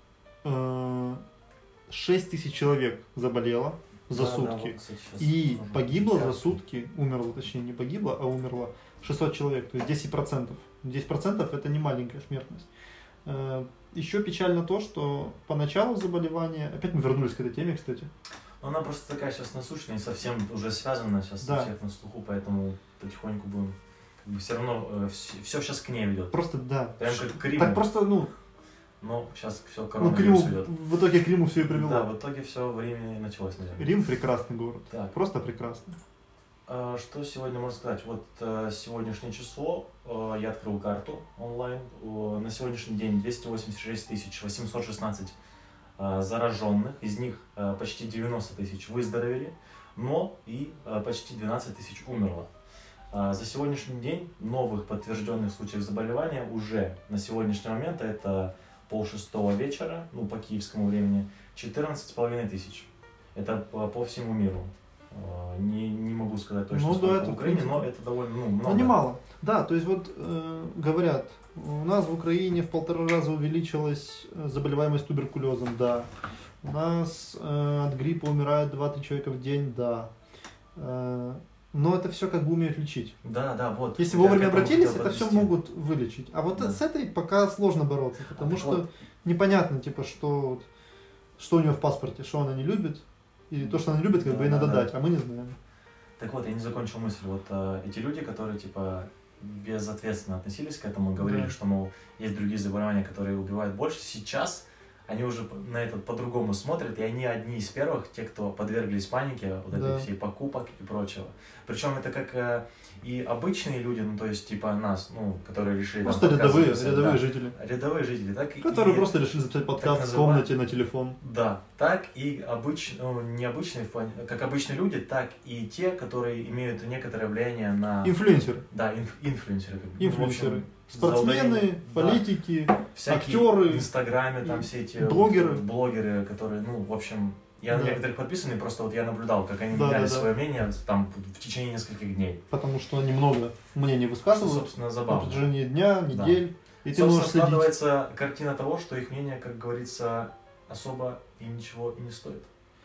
шесть тысяч человек заболело за да, сутки. Да, вот, кстати, и погибло да. за сутки, умерло, точнее не погибло, а умерло шестьсот человек, то есть десять процентов. десять процентов это не маленькая смертность. Еще печально то, что поначалу заболевания, опять мы вернулись к этой теме, кстати. Она просто такая сейчас насущная и совсем уже связана сейчас да. со всех на слуху, поэтому потихоньку будем, как бы все равно э, все, все сейчас к ней ведет. Просто да. Прям как к Риму. Так просто, ну... Но сейчас все коронавирус ну, идет. В итоге к Риму все и привело. Да, в итоге все в Риме началось, наверное. Рим прекрасный город. Так. Просто прекрасный. А, что сегодня можно сказать? Вот а, сегодняшнее число, а, я открыл карту онлайн. А, на сегодняшний день двести восемьдесят шесть тысяч восемьсот шестнадцать а, зараженных. Из них а, почти девяносто тысяч выздоровели, но и а, почти двенадцать тысяч умерло. А, за сегодняшний день новых подтвержденных случаев заболевания уже на сегодняшний момент это полшестого вечера, ну по киевскому времени, четырнадцать с половиной тысяч. Это по, по всему миру. Не, не могу сказать точно, ну, сколько да, это, в Украине, в но это довольно ну, много. Ну, немало. Да, то есть вот э, говорят, у нас в Украине в полтора раза увеличилась заболеваемость туберкулезом, да. У нас э, от гриппа умирает два-три человека в день, да. Э, но это все как бы умеют лечить. Да, да, вот. Если вовремя обратились, это все могут вылечить. А вот да. с этой пока сложно бороться, потому а что вот. непонятно, типа, что, что у нее в паспорте, что она не любит. И то, что она любит, как да, бы и надо да, дать, да. а мы не знаем. Так вот, я не закончил мысль. Вот э, эти люди, которые, типа, безответственно относились к этому, говорили, да. что, мол, есть другие заболевания, которые убивают больше. Сейчас они уже на это по-другому смотрят, и они одни из первых, те, кто подверглись панике, вот этой Да. всей покупок и прочего. Причем это как э, и обычные люди, ну, то есть, типа нас, ну, которые решили... там, Просто подкаст рядовые, записать, рядовые да, жители. рядовые жители, так и... Которые и- просто решили записать подкаст в называемый- комнате на телефон. Да, так и обычные, ну, не обычные, в плане- как обычные люди, так и те, которые имеют некоторое влияние на... Инфлюенсеры. Да, инф- инфлюенсеры. Как бы. Ну, в Инфлюенсеры. общем, Спортсмены, заудобрение, да. политики, Всякие актеры, в Инстаграме, там все эти блогеры. вот блогеры, которые, ну, в общем, я на Да. некоторых подписан, и просто вот я наблюдал, как они Да, меняли да, да. свое мнение там в течение нескольких дней. потому что они много мнений Что, высказывают собственно, на забавно. протяжении дня, недель. И ты Собственно, можешь следить. складывается картина того, что их мнение, как говорится, особо и ничего и не стоит.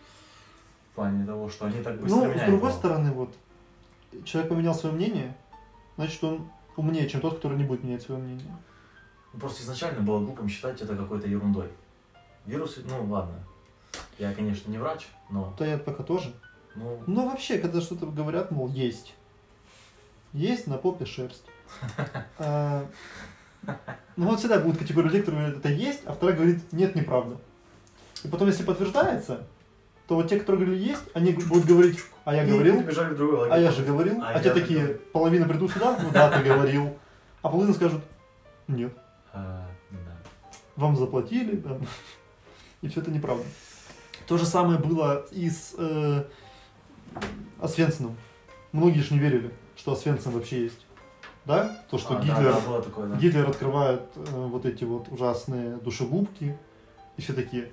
В плане того, что они так быстро Ну, меняют с другой его. стороны, вот, человек поменял свое мнение, значит, он умнее, чем тот, который не будет менять свое мнение. Ну, просто изначально было глупым считать это какой-то ерундой. Вирусы, ну ладно. Я, конечно, не врач, но, Да я пока тоже. ну, Но вообще, когда что-то говорят, мол, есть. Есть на попе шерсть. А, Ну вот всегда будут категории людей, которые говорят, это есть, а вторая говорит, нет, неправда. И потом, если подтверждается, то вот те, которые говорили есть, они будут говорить, а я и говорил, побежали в другой а лагерь. я же говорил, А а я те же такие, говорил. половина придут сюда, ну да, ты говорил, а половина скажут, нет, А, да. вам заплатили, да. И все это неправда. То же самое было и с э, Освенциным. Многие же не верили, что Освенцим вообще есть. Да? То, что А, да, Гитлер, да, было такое, да. Гитлер открывает э, вот эти вот ужасные душегубки, и все такие,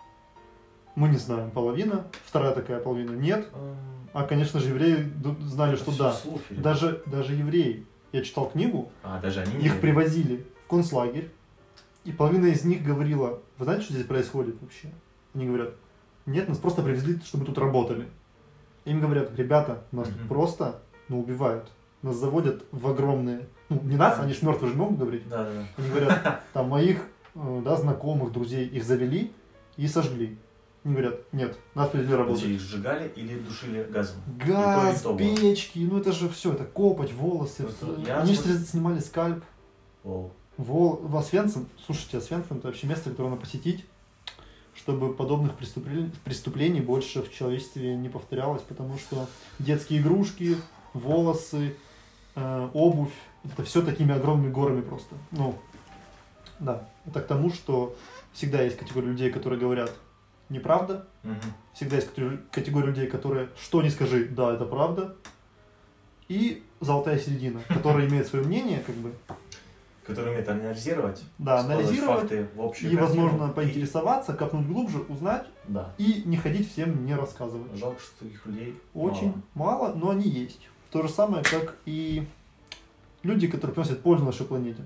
мы не знаем, половина, вторая такая половина нет. М, А, конечно же, евреи ду- знали, это что всё да. слухи, ребят. Даже, даже евреи. Я читал книгу, А, даже они не их верят. привозили в концлагерь, и половина из них говорила, вы знаете, что здесь происходит вообще? Они говорят, нет, нас просто привезли, чтобы тут работали. Им говорят, ребята, нас тут Мгм. просто, ну, убивают. Нас заводят в огромные, ну, не нас, они ж мертвые же могут говорить. Да, да, да. Они говорят, там, моих, э, да, знакомых, друзей, их завели и сожгли. Они говорят, нет, нас привезли работать. Подожди, их сжигали или душили газом? Газ, И то, и то было. печки, ну это же все, это копоть, волосы. Вот, всё. я Они же смотрю- снимали скальп. Воу. Вол... В Освенцим, слушайте, Освенцим это вообще место, которое надо посетить, чтобы подобных преступлений, преступлений больше в человечестве не повторялось, потому что детские игрушки, волосы, э, обувь, это все такими огромными горами просто. Ну, да, это к тому, что всегда есть категория людей, которые говорят неправда, Мгм. всегда есть категория- категория людей, которые что ни скажи, да, это правда, и золотая середина, которая имеет свое мнение, как бы, Которые умеют анализировать, да, складывать анализировать, факты в общую и, картину. возможно, И- поинтересоваться, копнуть глубже, узнать Да. и не ходить всем не рассказывать. Жалко, что таких людей Очень мало. мало, но они есть. То же самое, как и люди, которые приносят пользу нашей планете.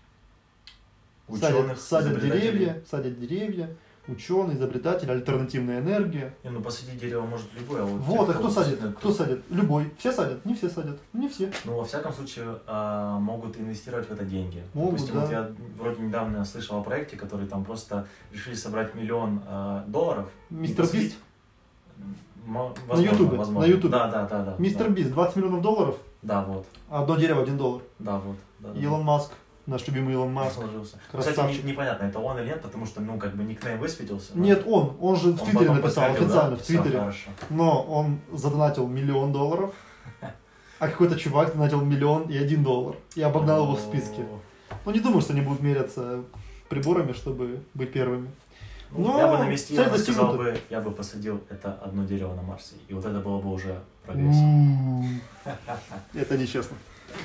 Ученых, Садят, садят изобретателей. деревья, садят деревья, ученые, изобретатели, альтернативная энергия. Не, ну посадить дерево может любой, а вот... Вот, те, а кто садит? действительно- Кто садит? Любой. Все садят? Не все садят. Не все. Ну, во всяком случае, а, могут инвестировать в это деньги. Могут, Допустим, да. вот я вроде недавно слышал о проекте, который там просто решили собрать миллион а, долларов. и Мистер посадить- Бист. М- возможно, Ютубе, возможно. на Ютубе. Да, да, да, да. Мистер да. Бист, двадцать миллионов долларов, Да, вот. а одно дерево один доллар. Да, вот. Да, да, Илон Маск, наш любимый Илон да. Маск. Сложился. Красавчик. Кстати, не- непонятно, это он или нет, потому что, ну, как бы никнейм высветился. но Нет, он, он же в он Твиттере потом написал, подтвердил, официально, да? в Твиттере. Всё, хорошо. Но он задонатил миллион долларов, а какой-то чувак задонатил миллион и один доллар. И обогнал его в списке. Ну, не думаю, что они будут меряться приборами, чтобы быть первыми. Ну, Но я бы на месте цель Илона сказал достигнута. бы, я бы посадил это одно дерево на Марсе. И вот это было бы уже прогресс. М, Это нечестно.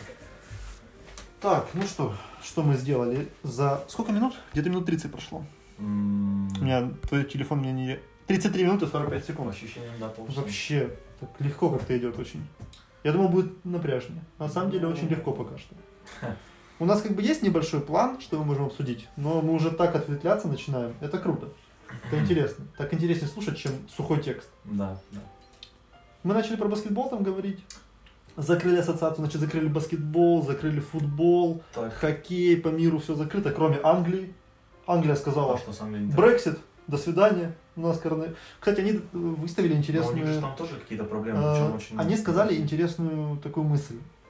Так, ну что, что мы сделали? За сколько минут? Где-то минут тридцать прошло. М, У меня твой телефон мне не... тридцать три минуты сорок пять По секунд. ощущениям, да, полчаса. Вообще, так легко как-то идет очень. Я думал, будет напряжнее. На самом деле, очень легко пока что. У нас как бы есть небольшой план, что мы можем обсудить, но мы уже так ответвляться начинаем. Это круто. Это интересно. Так интереснее слушать, чем сухой текст. Да, да. Мы начали про баскетбол там говорить. Закрыли ассоциацию, значит, закрыли баскетбол, закрыли футбол, Так, хоккей, по миру все закрыто, кроме Англии. Англия а сказала, что сам не так? Брексит, до свидания. У нас коронавирус. Кстати, они выставили Но у них же интересную... там тоже какие-то проблемы, э, причем очень... Они сказали интересную такую мысль.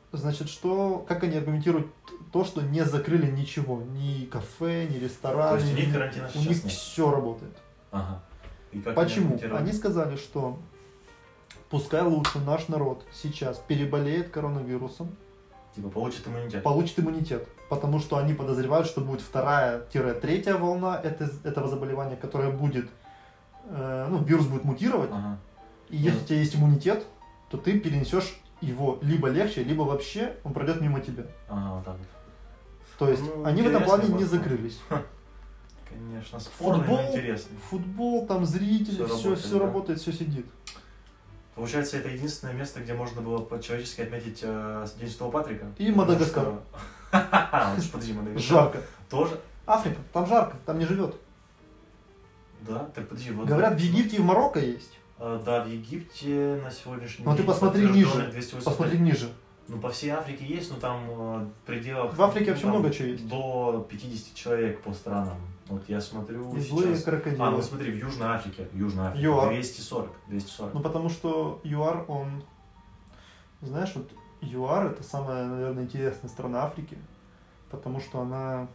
Значит, что, как они аргументируют то, что не закрыли ничего, ни кафе, ни рестораны, То есть у них ни- карантина у сейчас них нет? все работает. Ага. И как Почему? аргументировали? Они сказали, что пускай лучше наш народ сейчас переболеет коронавирусом, Типа получит иммунитет. получит иммунитет, потому что они подозревают, что будет вторая-третья волна это- этого заболевания, которая будет, э, ну, вирус будет мутировать, Ага. и если Ну. у тебя есть иммунитет, то ты перенесешь его либо легче, либо вообще он пройдет мимо тебя. Ага, вот так вот. То есть Ну, они в этом интересный плане не подход. закрылись. Конечно, спорный, Футбол, но интересный. футбол, там зрители, Всё все, работает, все да. работает, все сидит. Получается, это единственное место, где можно было по-человечески отметить э, День Святого Патрика. И Потому Мадагаскар. что- Ха-ха-ха, вот подожди, Мадагаскар. Жарко. Тоже? Африка, там жарко, там не живет. Да? Так подожди, вот... Говорят, в Египте и в Марокко есть. Э, Да, в Египте на сегодняшний Но день... ты посмотри подтверждённых ниже, двести восемьдесят Посмотри ниже. Ну, по всей Африке есть, но там э, в пределах... В Африке ну, вообще там много чего есть. До пятидесяти человек по странам. Вот я смотрю И сейчас... злые крокодилы. А, ну смотри, в Южной Африке. Южная Африка. ЮАР. двести сорок. двести сорок. Ну потому что ЮАР, он, знаешь, вот ЮАР это самая, наверное, интересная страна Африки, потому что она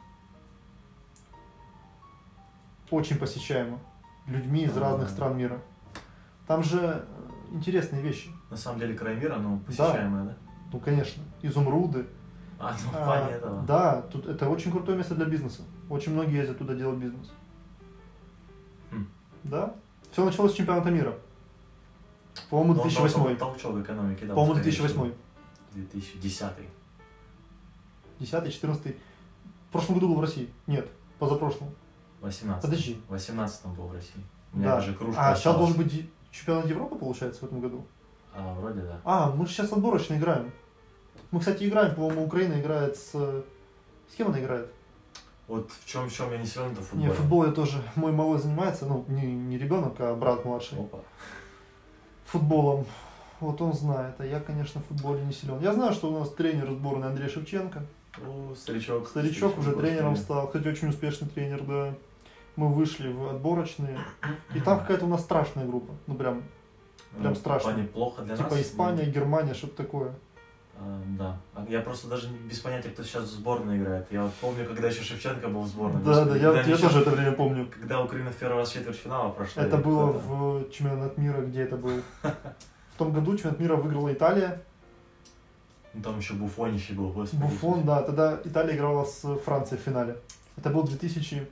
очень посещаема людьми из А, разных да. стран мира. Там же э, интересные вещи. На самом деле край мира, но посещаемая, да? Ну, конечно, изумруды. А, ну в А, плане этого. Да, тут это очень крутое место для бизнеса. Очень многие ездят туда делать бизнес. Хм. Да. Все началось с чемпионата мира. По-моему, Он две тысячи дал восьмой. толчок экономики, да. По-моему, скорее две тысячи восьмой. всего. две тысячи десятый. десятый, четырнадцатый. В прошлом году был в России. Нет, позапрошлом. восемнадцатый. Подожди. В восемнадцатом был в России. У меня Да. даже кружка А сейчас осталась. должен быть ди- чемпионат Европы, получается, в этом году. А, вроде да. А, мы же сейчас отборочно играем. Мы, кстати, играем, по-моему, Украина играет с... С кем она играет? Вот в чем в чем я не силен, это в Не, футболе. в футболе тоже мой малой занимается, ну, не, не ребенок, а брат младший. Опа. Футболом. Вот он знает, а я, конечно, в футболе не силен. Я знаю, что у нас тренер сборной Андрей Шевченко. О, старичок. Старичок уже господи. тренером стал, кстати, очень успешный тренер, да. Мы вышли в отборочные, и там какая-то у нас страшная группа, ну прям, прям Ну, страшно. В плане плохо для типа нас. Испания, Германия, что-то такое. А, да. А я просто даже без понятия, кто сейчас в сборной играет. Я вот помню, когда еще Шевченко был в сборной. Да, Господи, да, я, когда я они тоже еще- это время помню. Когда Украина в первый раз четвертьфинала прошла. Это или было какой-то. в чемпионат мира, где это был. В том году чемпионат мира выиграла Италия. Ну, там еще Буфонище был, господи. Буфон, да, тогда Италия играла с Францией в финале. Это был две тысячи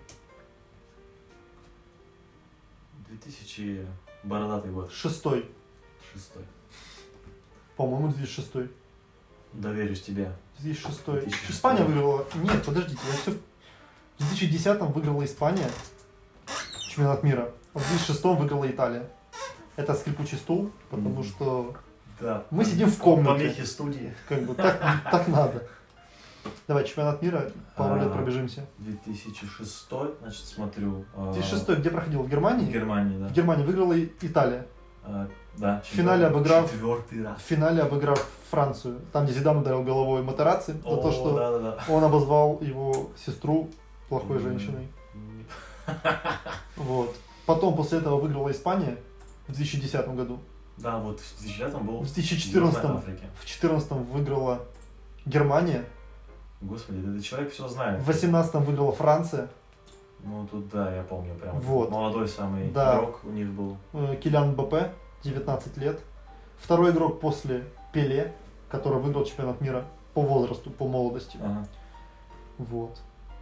две тысячи бородатый год. шестой, Шестой. по-моему, две тысячи шестой. Доверюсь тебе. две тысячи шестой. две тысячи шестой. Испания выиграла. Нет, подождите, я все. В две тысячи десятом выиграла Испания чемпионат мира. А в две тысячи шестом выиграла Италия. Это скрипучий стул, потому Мгм. что Да. мы сидим в комнате. Помехи студии. Как бы так, так надо. Давай, чемпионат мира, пару лет А. пробежимся. две тысячи шестой, значит, смотрю. а, две тысячи шестой где проходил? В В Германии? Германии, да. В Германии выиграла и Италия. А, да. В финале обыграв- Четвертый раз. В финале обыграв Францию. Там, где Зидан ударил головой Матерацци за О, то, что да, да, да. он обозвал его сестру плохой М. женщиной. Вот. Потом после этого выиграла Испания в две тысячи десятом году. Да, вот в две тысячи девятом был В две тысячи в четырнадцатом, Южной Африке. в две тысячи четырнадцатом выиграла Германия. Господи, да этот человек все знает. В две тысячи восемнадцатом выиграла Франция. Ну тут да, я помню, прям Вот. молодой самый Да. игрок у них был. Э, Килиан Мбаппе, девятнадцать лет. Второй игрок после Пеле, который выиграл чемпионат мира по возрасту, по молодости. Ага. Вот.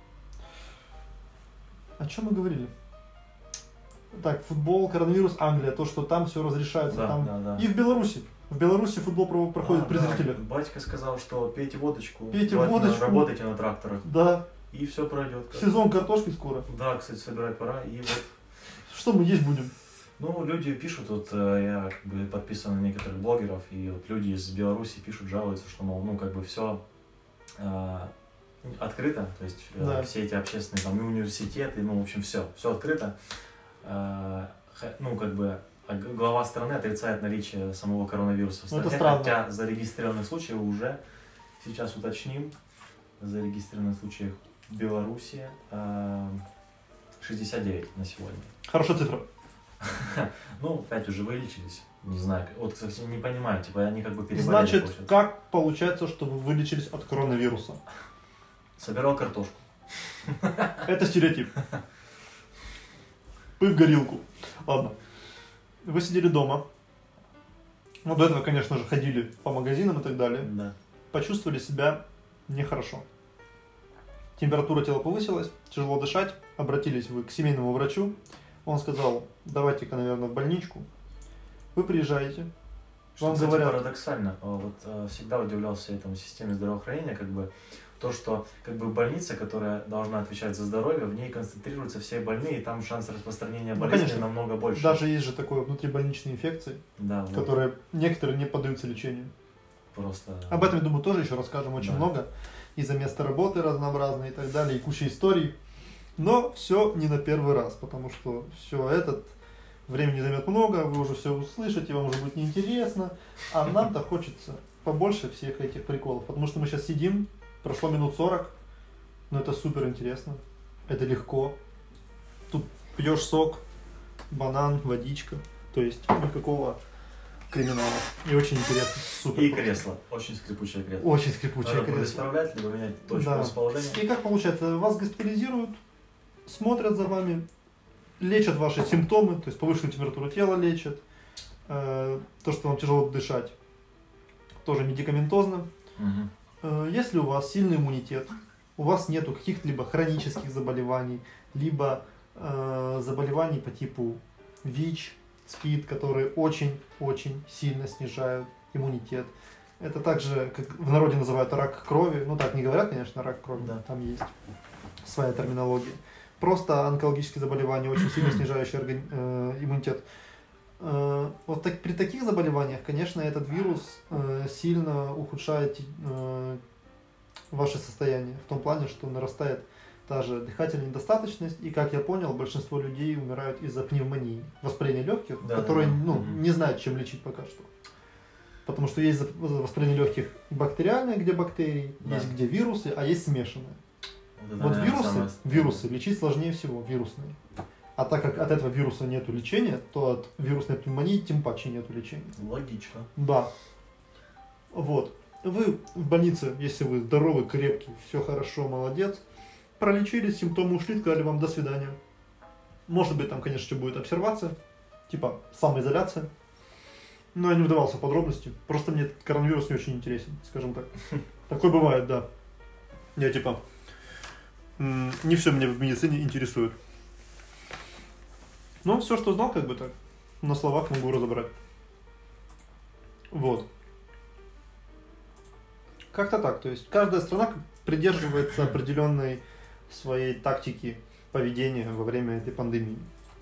О чем мы говорили? Так, футбол, коронавирус, Англия, то, что там все разрешается. Да, там... да, да. И в Беларуси. В Беларуси футбол про- проходит А, при да, зрителях. Батька сказал, что пейте водочку, Пейте желательно водочку. работайте на тракторах, Да, и все пройдет. сезон картошки скоро. Да, кстати, собирать пора. И вот, Что мы есть будем? ну, люди пишут, вот э, я как бы подписан на некоторых блогеров, и вот люди из Беларуси пишут, жалуются, что, мол, ну, как бы все открыто, то есть э, Да. все эти общественные там и университеты, ну, в общем, все, все открыто. Э, х- ну, как бы а г- глава страны отрицает наличие самого коронавируса в Ну, это стране, странно. хотя зарегистрированных случаев уже, сейчас уточним, зарегистрированных случаев в Беларуси э, шестьдесят девять на сегодня. Хорошая цифра. Ну, опять уже вылечились. Не знаю, вот, кстати, не понимаю, типа они как бы переболели. Значит, получается. как получается, что вы вылечились от коронавируса? Собирал картошку. Это стереотип. Пы в горилку. Ладно. Вы сидели дома. Ну, до этого, конечно же, ходили по магазинам и так далее. Да. Почувствовали себя нехорошо. Температура тела повысилась, тяжело дышать. Обратились вы к семейному врачу. Он сказал, давайте-ка, наверное, в больничку. Вы приезжаете. Что, Вам кстати, говорят... парадоксально. Вот э, всегда удивлялся этому системе здравоохранения, как бы то, что как бы больница, которая должна отвечать за здоровье, в ней концентрируются все больные, и там шанс распространения Ну, болезни конечно. намного больше. Даже есть же такое внутрибольничные инфекции, да, вот. которые некоторые не поддаются лечению. Просто... Об этом, я думаю, тоже еще расскажем очень Да. много. И-за места работы разнообразные и так далее, и куча историй. Но все не на первый раз, потому что все это времени займет много, вы уже все услышите, вам уже будет неинтересно. А нам-то хочется побольше всех этих приколов, потому что мы сейчас сидим, прошло минут сорок, но это супер интересно, это легко. Тут пьешь сок, банан, водичка, то есть никакого криминала. И очень интересно, супер. И кресло, очень скрипучее кресло. Очень скрипучее Надо кресло. исправлять, либо менять точку Да. расположения. И как получается, вас госпитализируют, смотрят за вами, лечат ваши симптомы, то есть повышенную температуру тела лечат, э, то, что вам тяжело дышать, тоже медикаментозно. Мгм. Э, если у вас сильный иммунитет, у вас нету каких-либо хронических заболеваний, либо э, заболеваний по типу ВИЧ, СПИД, которые очень-очень сильно снижают иммунитет. Это также, как в народе называют, рак крови. Ну так не говорят, конечно, рак крови, Да. там есть своя терминология. Просто онкологические заболевания, очень сильно снижающие органи- э, иммунитет. Э, вот так, при таких заболеваниях, конечно, этот вирус э, сильно ухудшает э, ваше состояние. В том плане, что нарастает та же дыхательная недостаточность. И, как я понял, большинство людей умирают из-за пневмонии, воспаления легких, Да, которые да, да. ну, Мгм. не знают, чем лечить пока что. Потому что есть за- воспаление легких бактериальное, где бактерии, Да. есть где вирусы, а есть смешанные. Вот, это, Вот наверное, вирусы, самое- вирусы лечить сложнее всего, вирусные. А так как от этого вируса нету лечения, то от вирусной пневмонии тем паче нету лечения. Логично. Да. Вот. Вы в больнице, если вы здоровый, крепкий, все хорошо, молодец, пролечились, симптомы ушли, сказали вам до свидания. Может быть, там, конечно, еще будет обсервация, типа самоизоляция. Но я не вдавался в подробности. Просто мне коронавирус не очень интересен, скажем так. Такое бывает, да. Я типа... м, Не все меня в медицине интересует. Но все, что знал, как бы так, на словах могу разобрать. Вот. Как-то так. То есть каждая страна придерживается определенной своей тактики поведения во время этой пандемии.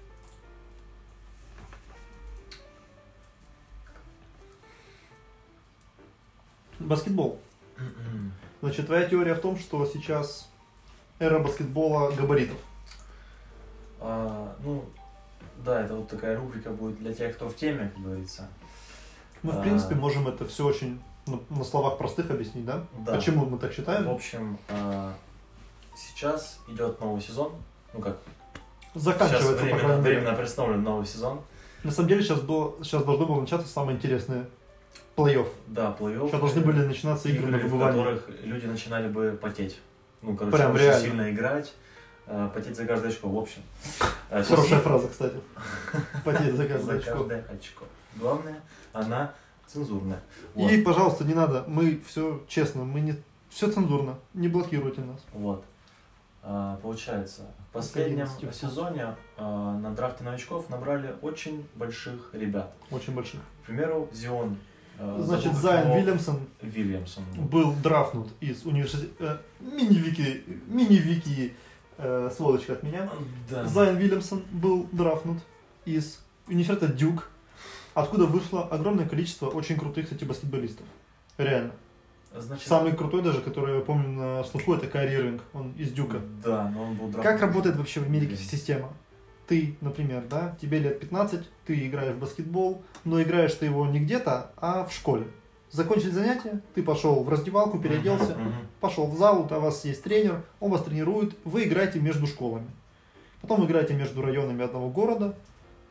Баскетбол. Значит, твоя теория в том, что сейчас эра баскетбола габаритов. А, ну, да, это вот такая рубрика будет для тех, кто в теме, как говорится. Мы, в А. принципе, можем это все очень на, на словах простых объяснить, да? Да. Почему мы так считаем? В общем, а, сейчас идет новый сезон. Ну как, сейчас Заканчивается, по временно, крайней мере. временно приостановлен новый сезон. На самом деле сейчас, было, сейчас должно было начаться самое интересное. Плей-офф. Да, плей-офф. Сейчас должны были начинаться игры, на игры, в выбывание. которых люди начинали бы потеть. Ну, короче, Прям очень реально. сильно играть, а, потеть за каждое очко, в общем. А, сейчас Хорошая и- фраза, кстати. Потеть за За каждое очко. каждое очко. Главное, она цензурная. Вот. И, пожалуйста, не надо. Мы все честно, мы не... Все цензурно. Не блокируйте нас. Вот. А, получается, в последнем одиннадцать. сезоне а, на драфте новичков набрали очень больших ребят. Очень больших. К примеру, Зион. а, Значит, зовут Зайон его Вильямсон Вильямсон. был драфнут из университета... э, Мини-вики... Мини-вики... э, сволочка от меня. Да. Зайон Вильямсон был драфнут из университета Дюк, откуда вышло огромное количество очень крутых, кстати, баскетболистов. Реально. Значит, Самый крутой даже, который я помню на слуху, это Кайри Ирвинг. Он из Дюка. Да, но он был драфтом. Как работает вообще в Америке Блин. система? Ты, например, да, тебе лет пятнадцать, ты играешь в баскетбол, но играешь ты его не где-то, а в школе. Закончили занятия, ты пошел в раздевалку, переоделся, Мгм, мгм. пошел в зал, у вас есть тренер, он вас тренирует, вы играете между школами. Потом играете между районами одного города,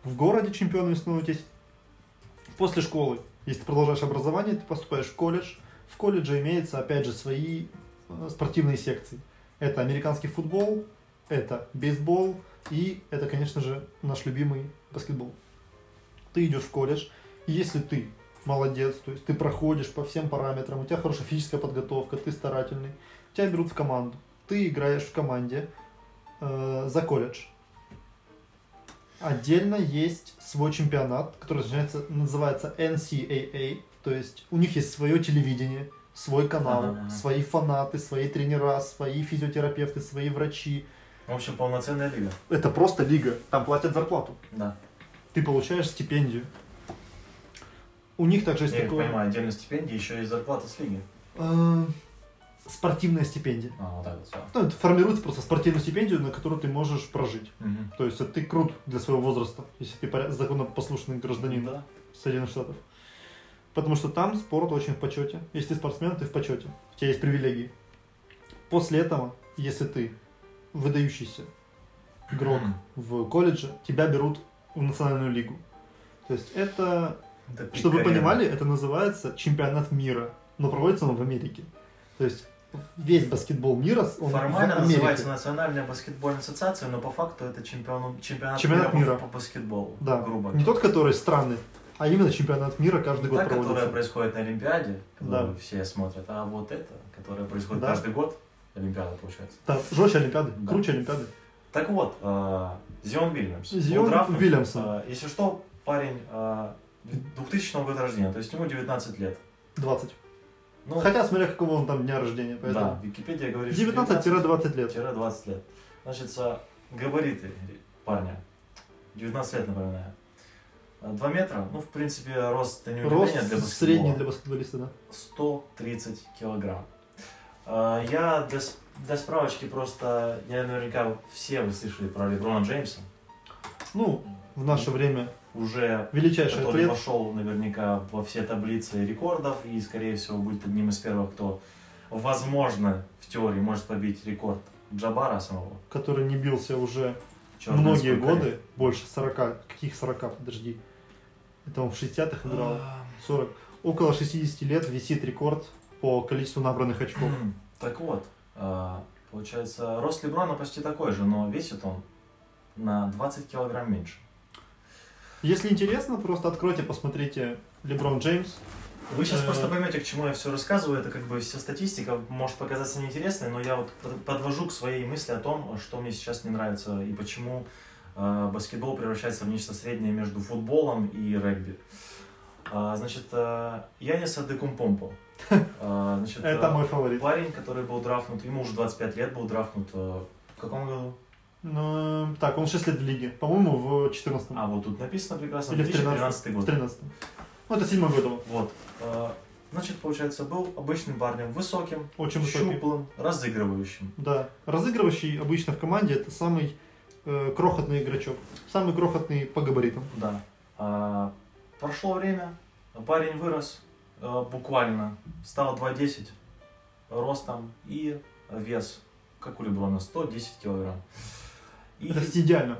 В городе чемпионами становитесь. После школы, если ты продолжаешь образование, ты поступаешь в колледж. В колледже имеются, опять же, свои э, спортивные секции. Это американский футбол, это бейсбол и это, конечно же, наш любимый баскетбол. Ты идешь в колледж, и если ты молодец, то есть ты проходишь по всем параметрам, у тебя хорошая физическая подготовка, ты старательный, тебя берут в команду. Ты играешь в команде э, за колледж. Отдельно есть свой чемпионат, который называется, называется эн си эй эй, то есть у них есть свое телевидение, свой канал, ага. свои фанаты, свои тренера, свои физиотерапевты, свои врачи. В общем, полноценная лига. Это просто лига, там платят зарплату. Да. Ты получаешь стипендию. У них также есть Я такое... Я понимаю, отдельно стипендии, еще и зарплата с лиги. Спортивная стипендия. А, вот так вот все. Ну, это формируется просто спортивную стипендию, на которую ты можешь прожить. Угу. То есть это ты крут для своего возраста, если ты законопослушный гражданин да. Соединенных Штатов. Потому что там спорт очень в почете. Если ты спортсмен, ты в почете. У тебя есть привилегии. После этого, если ты выдающийся игрок mm. в колледже, тебя берут в национальную лигу. То есть это, это чтобы вы понимали, это называется чемпионат мира. Но проводится он в Америке. То есть весь баскетбол мира, он формально в Америке. Называется Национальная баскетбольная ассоциация, но по факту это чемпион, чемпионат, чемпионат мира, мира по баскетболу. Да. Грубо. Не тот, который странный, а именно чемпионат мира каждый не год та, проводится. которая происходит на Олимпиаде, которую да. все смотрят, а вот это, которая происходит да. каждый год, Олимпиада получается. Да, жестче Олимпиады, да. круче Олимпиады. Так вот, э, Зион Уильямс. Зион Уильямс. Э, если что, парень э, двухтысячного года рождения, то есть ему девятнадцать лет. двадцать. Ну, хотя, смотря какого он там дня рождения. Поэтому... Да, Википедия говорит, девятнадцать-двадцать лет. девятнадцать лет. Значит, габариты парня. девятнадцать лет, напоминаю. два метра, ну, в принципе, рост не удивление для баскетбола. Средний для баскетболиста, да. сто тридцать килограмм. Я для, для справочки просто, я наверняка все вы слышали про Леброна Джеймса. Ну, в наше время уже величайший который атлет. Вошел наверняка во все таблицы рекордов и, скорее всего, будет одним из первых, кто, возможно, в теории может побить рекорд Джабара самого. Который не бился уже Черт, многие годы, лет? больше сорока. Каких сорока, подожди. Это он в шестидесятых играл, сорок. Около шестидесяти лет висит рекорд по количеству набранных очков. Так вот, получается, рост Леброна почти такой же, но весит он на двадцать килограмм меньше. Если интересно, просто откройте, посмотрите Леброн Джеймс. Вы сейчас просто поймете, к чему я все рассказываю. Это как бы вся статистика может показаться неинтересной, но я вот подвожу к своей мысли о том, что мне сейчас не нравится и почему э, баскетбол превращается в нечто среднее между футболом и регби. А, значит, э, Янис Адекумпомпо. А, значит, Это мой фаворит. Парень, который был драфтнут, ему уже двадцать пять лет, был драфтнут э, в каком году? Ну, так, он шесть лет в лиге. По-моему, в четырнадцатом. А, вот тут написано прекрасно. Или две тысячи тринадцатый год. В тринадцатом. Ну, это седьмой год. Вот. Значит, получается, был обычным парнем, высоким, очень высоким, щуплым, разыгрывающим. Да. Разыгрывающий обычно в команде это самый э, крохотный игрочок. Самый крохотный по габаритам. Да. А, прошло время, парень вырос а, буквально, стал два десять ростом и вес, как у Леброна, сто десять килограмм. И... Это идеально.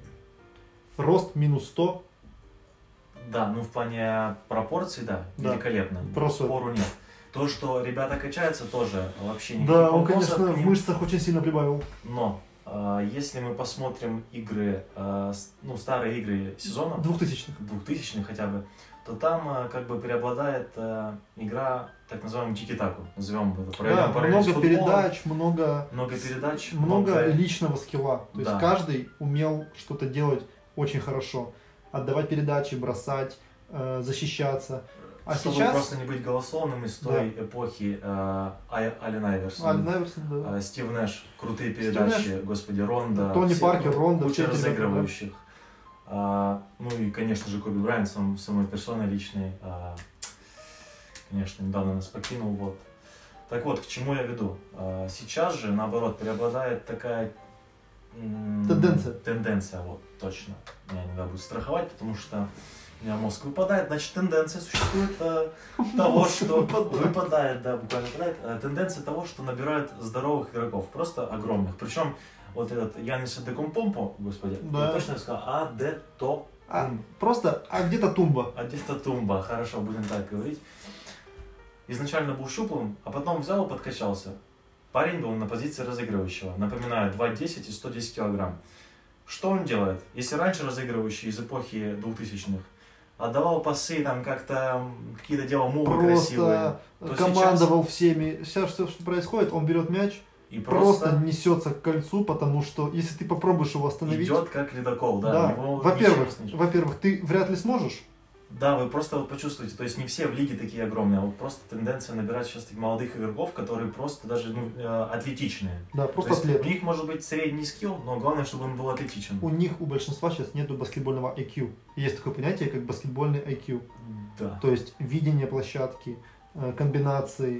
Рост минус сто. Да, ну в плане пропорций, да, да. великолепно. Просто... Спору нет. То, что ребята качаются, тоже вообще никаких Да, он, вопросов конечно, в мышцах очень сильно прибавил. Но э, если мы посмотрим игры, э, ну старые игры сезона, двухтысячных, двухтысячных хотя бы, то там э, как бы преобладает э, игра, так называемую тики-таку, назовем это. Да, много передач, много, много передач, много, много личного скилла. То да. есть каждый умел что-то делать очень хорошо. Отдавать передачи, бросать, э, защищаться. А чтобы сейчас... просто не быть голословным из той да. эпохи э, Аллен Айверсон, Аллен Айверсон да. э, Стив Нэш, крутые передачи, Нэш, господи, Ронда, Тони все, Паркер, ну, Ронда, куча разыгрывающих. Да. А, ну и, конечно же, Коби Брайант, сам, самой персоной личной, а, конечно, недавно нас покинул. Вот. Так вот, к чему я веду? А, сейчас же, наоборот, преобладает такая м- тенденция. Тенденция, вот, точно. Меня не надо будет страховать, потому что у меня мозг выпадает, значит, тенденция существует а, того, что выпадает, да, буквально выпадает. А, тенденция того, что набирают здоровых игроков, просто огромных. Причем вот этот Янис Адекумпомпо, господи, да. я точно сказал, Адетокумпо. А просто, а где-то тумба. А где-то тумба, хорошо, будем так говорить. Изначально был щуплым, а потом взял и подкачался. Парень был на позиции разыгрывающего. Напоминаю, два десять и сто десять килограмм. Что он делает? Если раньше разыгрывающий из эпохи двухтысячных отдавал пасы, там как-то какие-то делал мувы красивые. Просто командовал сейчас... всеми. Сейчас что, что происходит? Он берет мяч и просто... просто несется к кольцу, потому что если ты попробуешь его остановить... Идет как ледокол, да. да. Во-первых, во-первых, ты вряд ли сможешь. Да, вы просто вот почувствуете, то есть не все в лиге такие огромные, а вот просто тенденция набирать сейчас таких молодых игроков, которые просто даже ну, атлетичные. Да, просто атлеты. У них может быть средний скилл, но главное, чтобы он был атлетичен. У них, у большинства сейчас нету баскетбольного ай кью. Есть такое понятие, как баскетбольный ай кью. Да. То есть видение площадки, комбинации,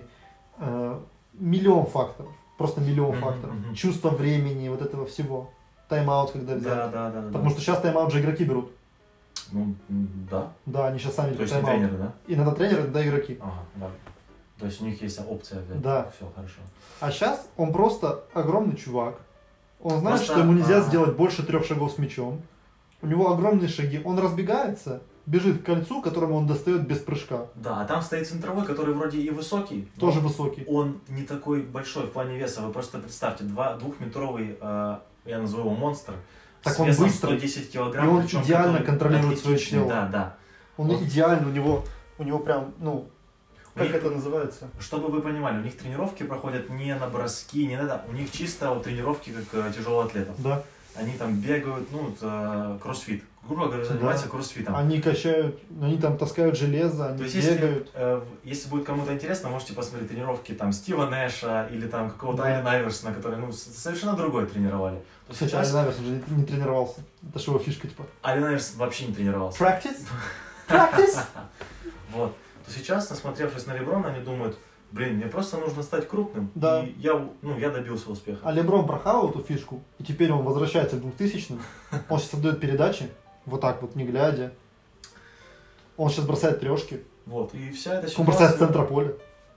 миллион факторов. Просто миллион mm-hmm, факторов. Mm-hmm. Чувство времени, вот этого всего. Тайм-аут, когда взять. Да, да, да. Потому да. что сейчас тайм-аут же игроки берут. Ну, да. Да, они сейчас сами берут тайм-аут. То есть тренеры, да? Иногда тренеры, иногда игроки. Ага, да. То есть у них есть опция взять. Да. Все, хорошо. А сейчас он просто огромный чувак. Он знает, просто, что ему нельзя а... сделать больше трех шагов с мячом. У него огромные шаги. Он разбегается, бежит к кольцу, которому он достает без прыжка. Да, а там стоит центровой, который вроде и высокий. Тоже высокий. Он не такой большой в плане веса. Вы просто представьте, два, двухметровый, э, я назову его монстр, так с он весом быстрый, сто десять килограмм. И он идеально контролирует свое тело. Да, да. Он вот. идеально, у него, у него прям, ну, как них, это называется? Чтобы вы понимали, у них тренировки проходят не на броски, не на это. У них чисто вот, тренировки как тяжелых атлетов. Да. Они там бегают, ну, это, кроссфит. Грубо говоря, занимаются да. кроссфитом. Они качают, они там таскают железо, они То есть, бегают. Если, э, если будет кому-то интересно, можете посмотреть тренировки там Стива Нэша или там какого-то да. Аллена Айверсона, которые ну, совершенно другой тренировали. То Кстати, сейчас... Аллен Айверсон же не тренировался. Это же его фишка, типа. Аллен Айверсон вообще не тренировался. Practice? Practice? Вот. То сейчас, насмотревшись на Леброна, они думают, блин, мне просто нужно стать крупным, да. и я, ну, я добился успеха. А Леброн прохавал эту фишку, и теперь он возвращается к двухтысячным. Он сейчас отдает передачи, вот так вот, не глядя. Он сейчас бросает трешки. Вот, и вся эта ситуация... Он бросает с центра поля.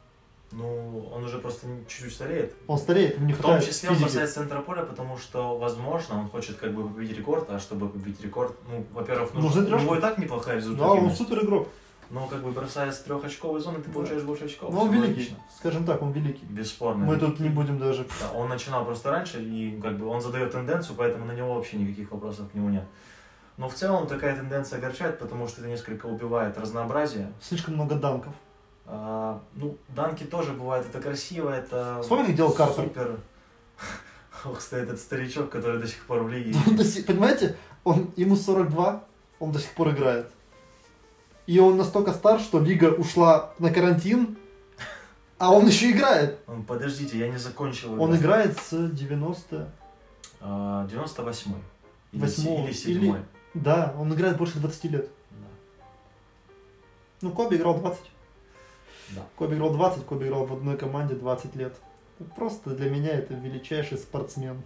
Ну, он уже просто чуть-чуть стареет. Он стареет, ему не В хватает том числе физики. Он бросает с центра поля, потому что, возможно, он хочет как бы побить рекорд, а чтобы побить рекорд, ну, во-первых, нужно... у него и так неплохая результативность. Да, он супер игрок. Но как бы бросая с трехочковой зоны, ты получаешь да. больше очков. Ну, он великий, логично. Скажем так, он великий. Бесспорно. Мы великий. тут не будем даже... Да, он начинал просто раньше, и как бы он задает тенденцию, поэтому на него вообще никаких вопросов к нему нет. Но в целом такая тенденция огорчает, потому что это несколько убивает разнообразие. Слишком много данков. А, ну, данки тоже бывают, это красиво, это... Вспомни, как делал Картер. Супер. Ох, кстати, этот старичок, который до сих пор в лиге. Понимаете, он, ему сорок два, он до сих пор играет. И он настолько стар, что лига ушла на карантин, а он еще играет. Он, подождите, я не закончил. Он играть. играет с девяносто... девяносто восьмой. Или, восьмого. Или седьмой. Или... Да, он играет больше двадцати лет. Да. Ну, Коби играл двадцать. Да. Коби играл двадцать, Коби играл в одной команде двадцать лет. Просто для меня это величайший спортсмен.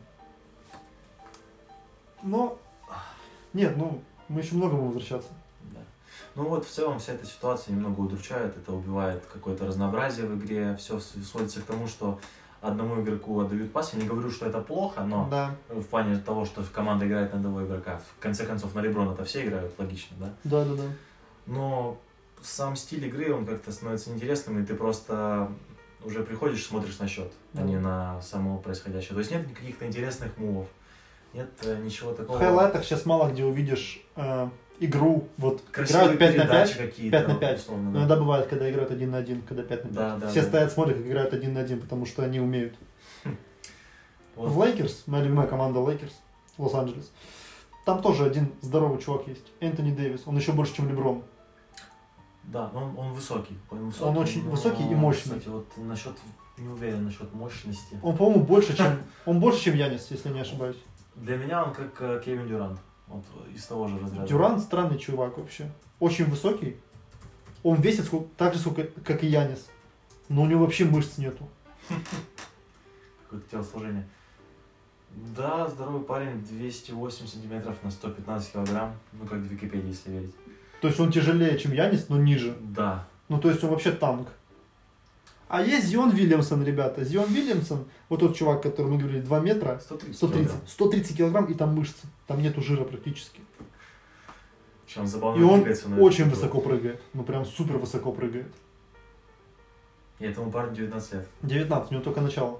Но... Нет, ну, мы еще много будем возвращаться. Ну вот в целом вся эта ситуация немного удручает, это убивает какое-то разнообразие в игре, все сводится к тому, что одному игроку отдают пас. Я не говорю, что это плохо, но да. в плане того, что команда играет на одного игрока, в конце концов на Леброна-то все играют, логично, да? Да, да, да. Но сам стиль игры, он как-то становится интересным, и ты просто уже приходишь, смотришь на счет, да. а не на само происходящее. То есть нет каких-то интересных мувов, нет ничего такого. В хайлайтах сейчас мало где увидишь... Э... игру, вот красивые играют пять на пять, пять на пять. Условно, да. Иногда бывает, когда играют один на один, когда пять на пять. Да, да, все да. стоят, смотрят, как играют один на один, потому что они умеют. Вот. В Лейкерс, моя любимая команда Лейкерс, Лос-Анджелес, там тоже один здоровый чувак есть, Энтони Дэвис, он еще больше, чем Леброн. Да, он, он высокий. Он, высокий, он очень но, высокий и мощный. Кстати, вот насчет, не уверен насчет мощности. Он, по-моему, больше, чем, он больше, чем Янис, если не ошибаюсь. Для меня он как uh, Кевин Дюрант. Вот из того же разряда. Дюрант странный чувак вообще. Очень высокий. Он весит сколько, так же, сколько, как и Янис. Но у него вообще мышц нету. Какое-то телосложение. Да, здоровый парень, двести восемь сантиметров на сто пятнадцать килограмм. Ну, как в Википедии, если верить. То есть он тяжелее, чем Янис, но ниже. Да. Ну, то есть он вообще танк. А есть Зион Вильямсон, ребята. Зион Вильямсон, вот тот чувак, который мы говорили, два метра, сто тридцать, сто тридцать, сто тридцать килограмм, и там мышцы. Там нету жира практически. Причем забавно И он двигается, но очень это высоко прыгает. Ну прям супер высоко прыгает. И этому парню девятнадцать лет. девятнадцать, у него только начало.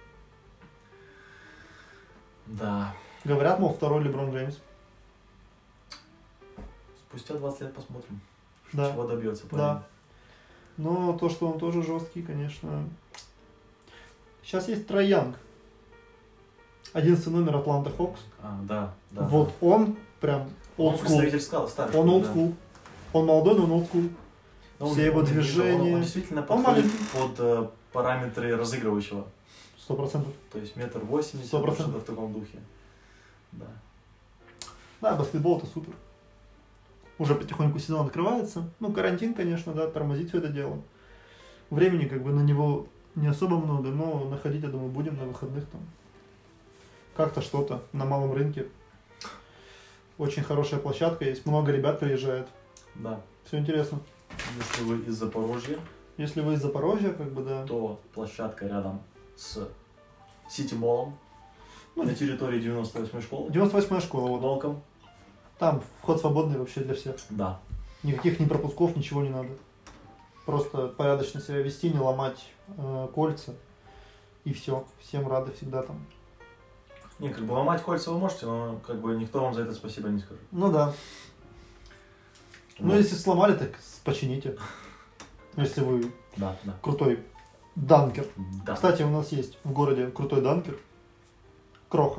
Да. Говорят, мол, второй Леброн Джеймс. Спустя двадцать лет посмотрим, Да. чего добьется парень. Да. Но то, что он тоже жесткий, конечно. Сейчас есть Трей Янг. Одиннадцатый номер Атланта Хокс. А, да, да. Вот да. он прям Он old school. представитель скал, старый. Он old да. school. Он молодой, но он old school. Но он- Все его он- движения. Он, он действительно Он подходит маленький. под э, параметры разыгрывающего. Сто процентов. То есть метр восемьдесят, Сто процентов. что-то в таком духе. Да. Да, баскетбол это супер. Уже потихоньку сезон открывается. Ну, карантин, конечно, да, тормозит все это дело. Времени как бы на него не особо много, но находить, я думаю, будем на выходных там. Как-то что-то на малом рынке. Очень хорошая площадка есть, много ребят приезжает. Да. Все интересно. Если вы из Запорожья, Если вы из Запорожья, как бы, да. то площадка рядом с Сити Молом Ну, на территории девяносто восьмой школы. девяносто восьмая школа, вот. Welcome. Там вход свободный вообще для всех. Да. Никаких ни пропусков, ничего не надо. Просто порядочно себя вести, не ломать э, кольца. И все. Всем рады всегда там. Не, как бы ломать кольца вы можете, но как бы никто вам за это спасибо не скажет. Ну да. Ну Вот. если сломали, так почините. Если вы Да, да. крутой данкер. Да. Кстати, у нас есть в городе крутой данкер. Кроха.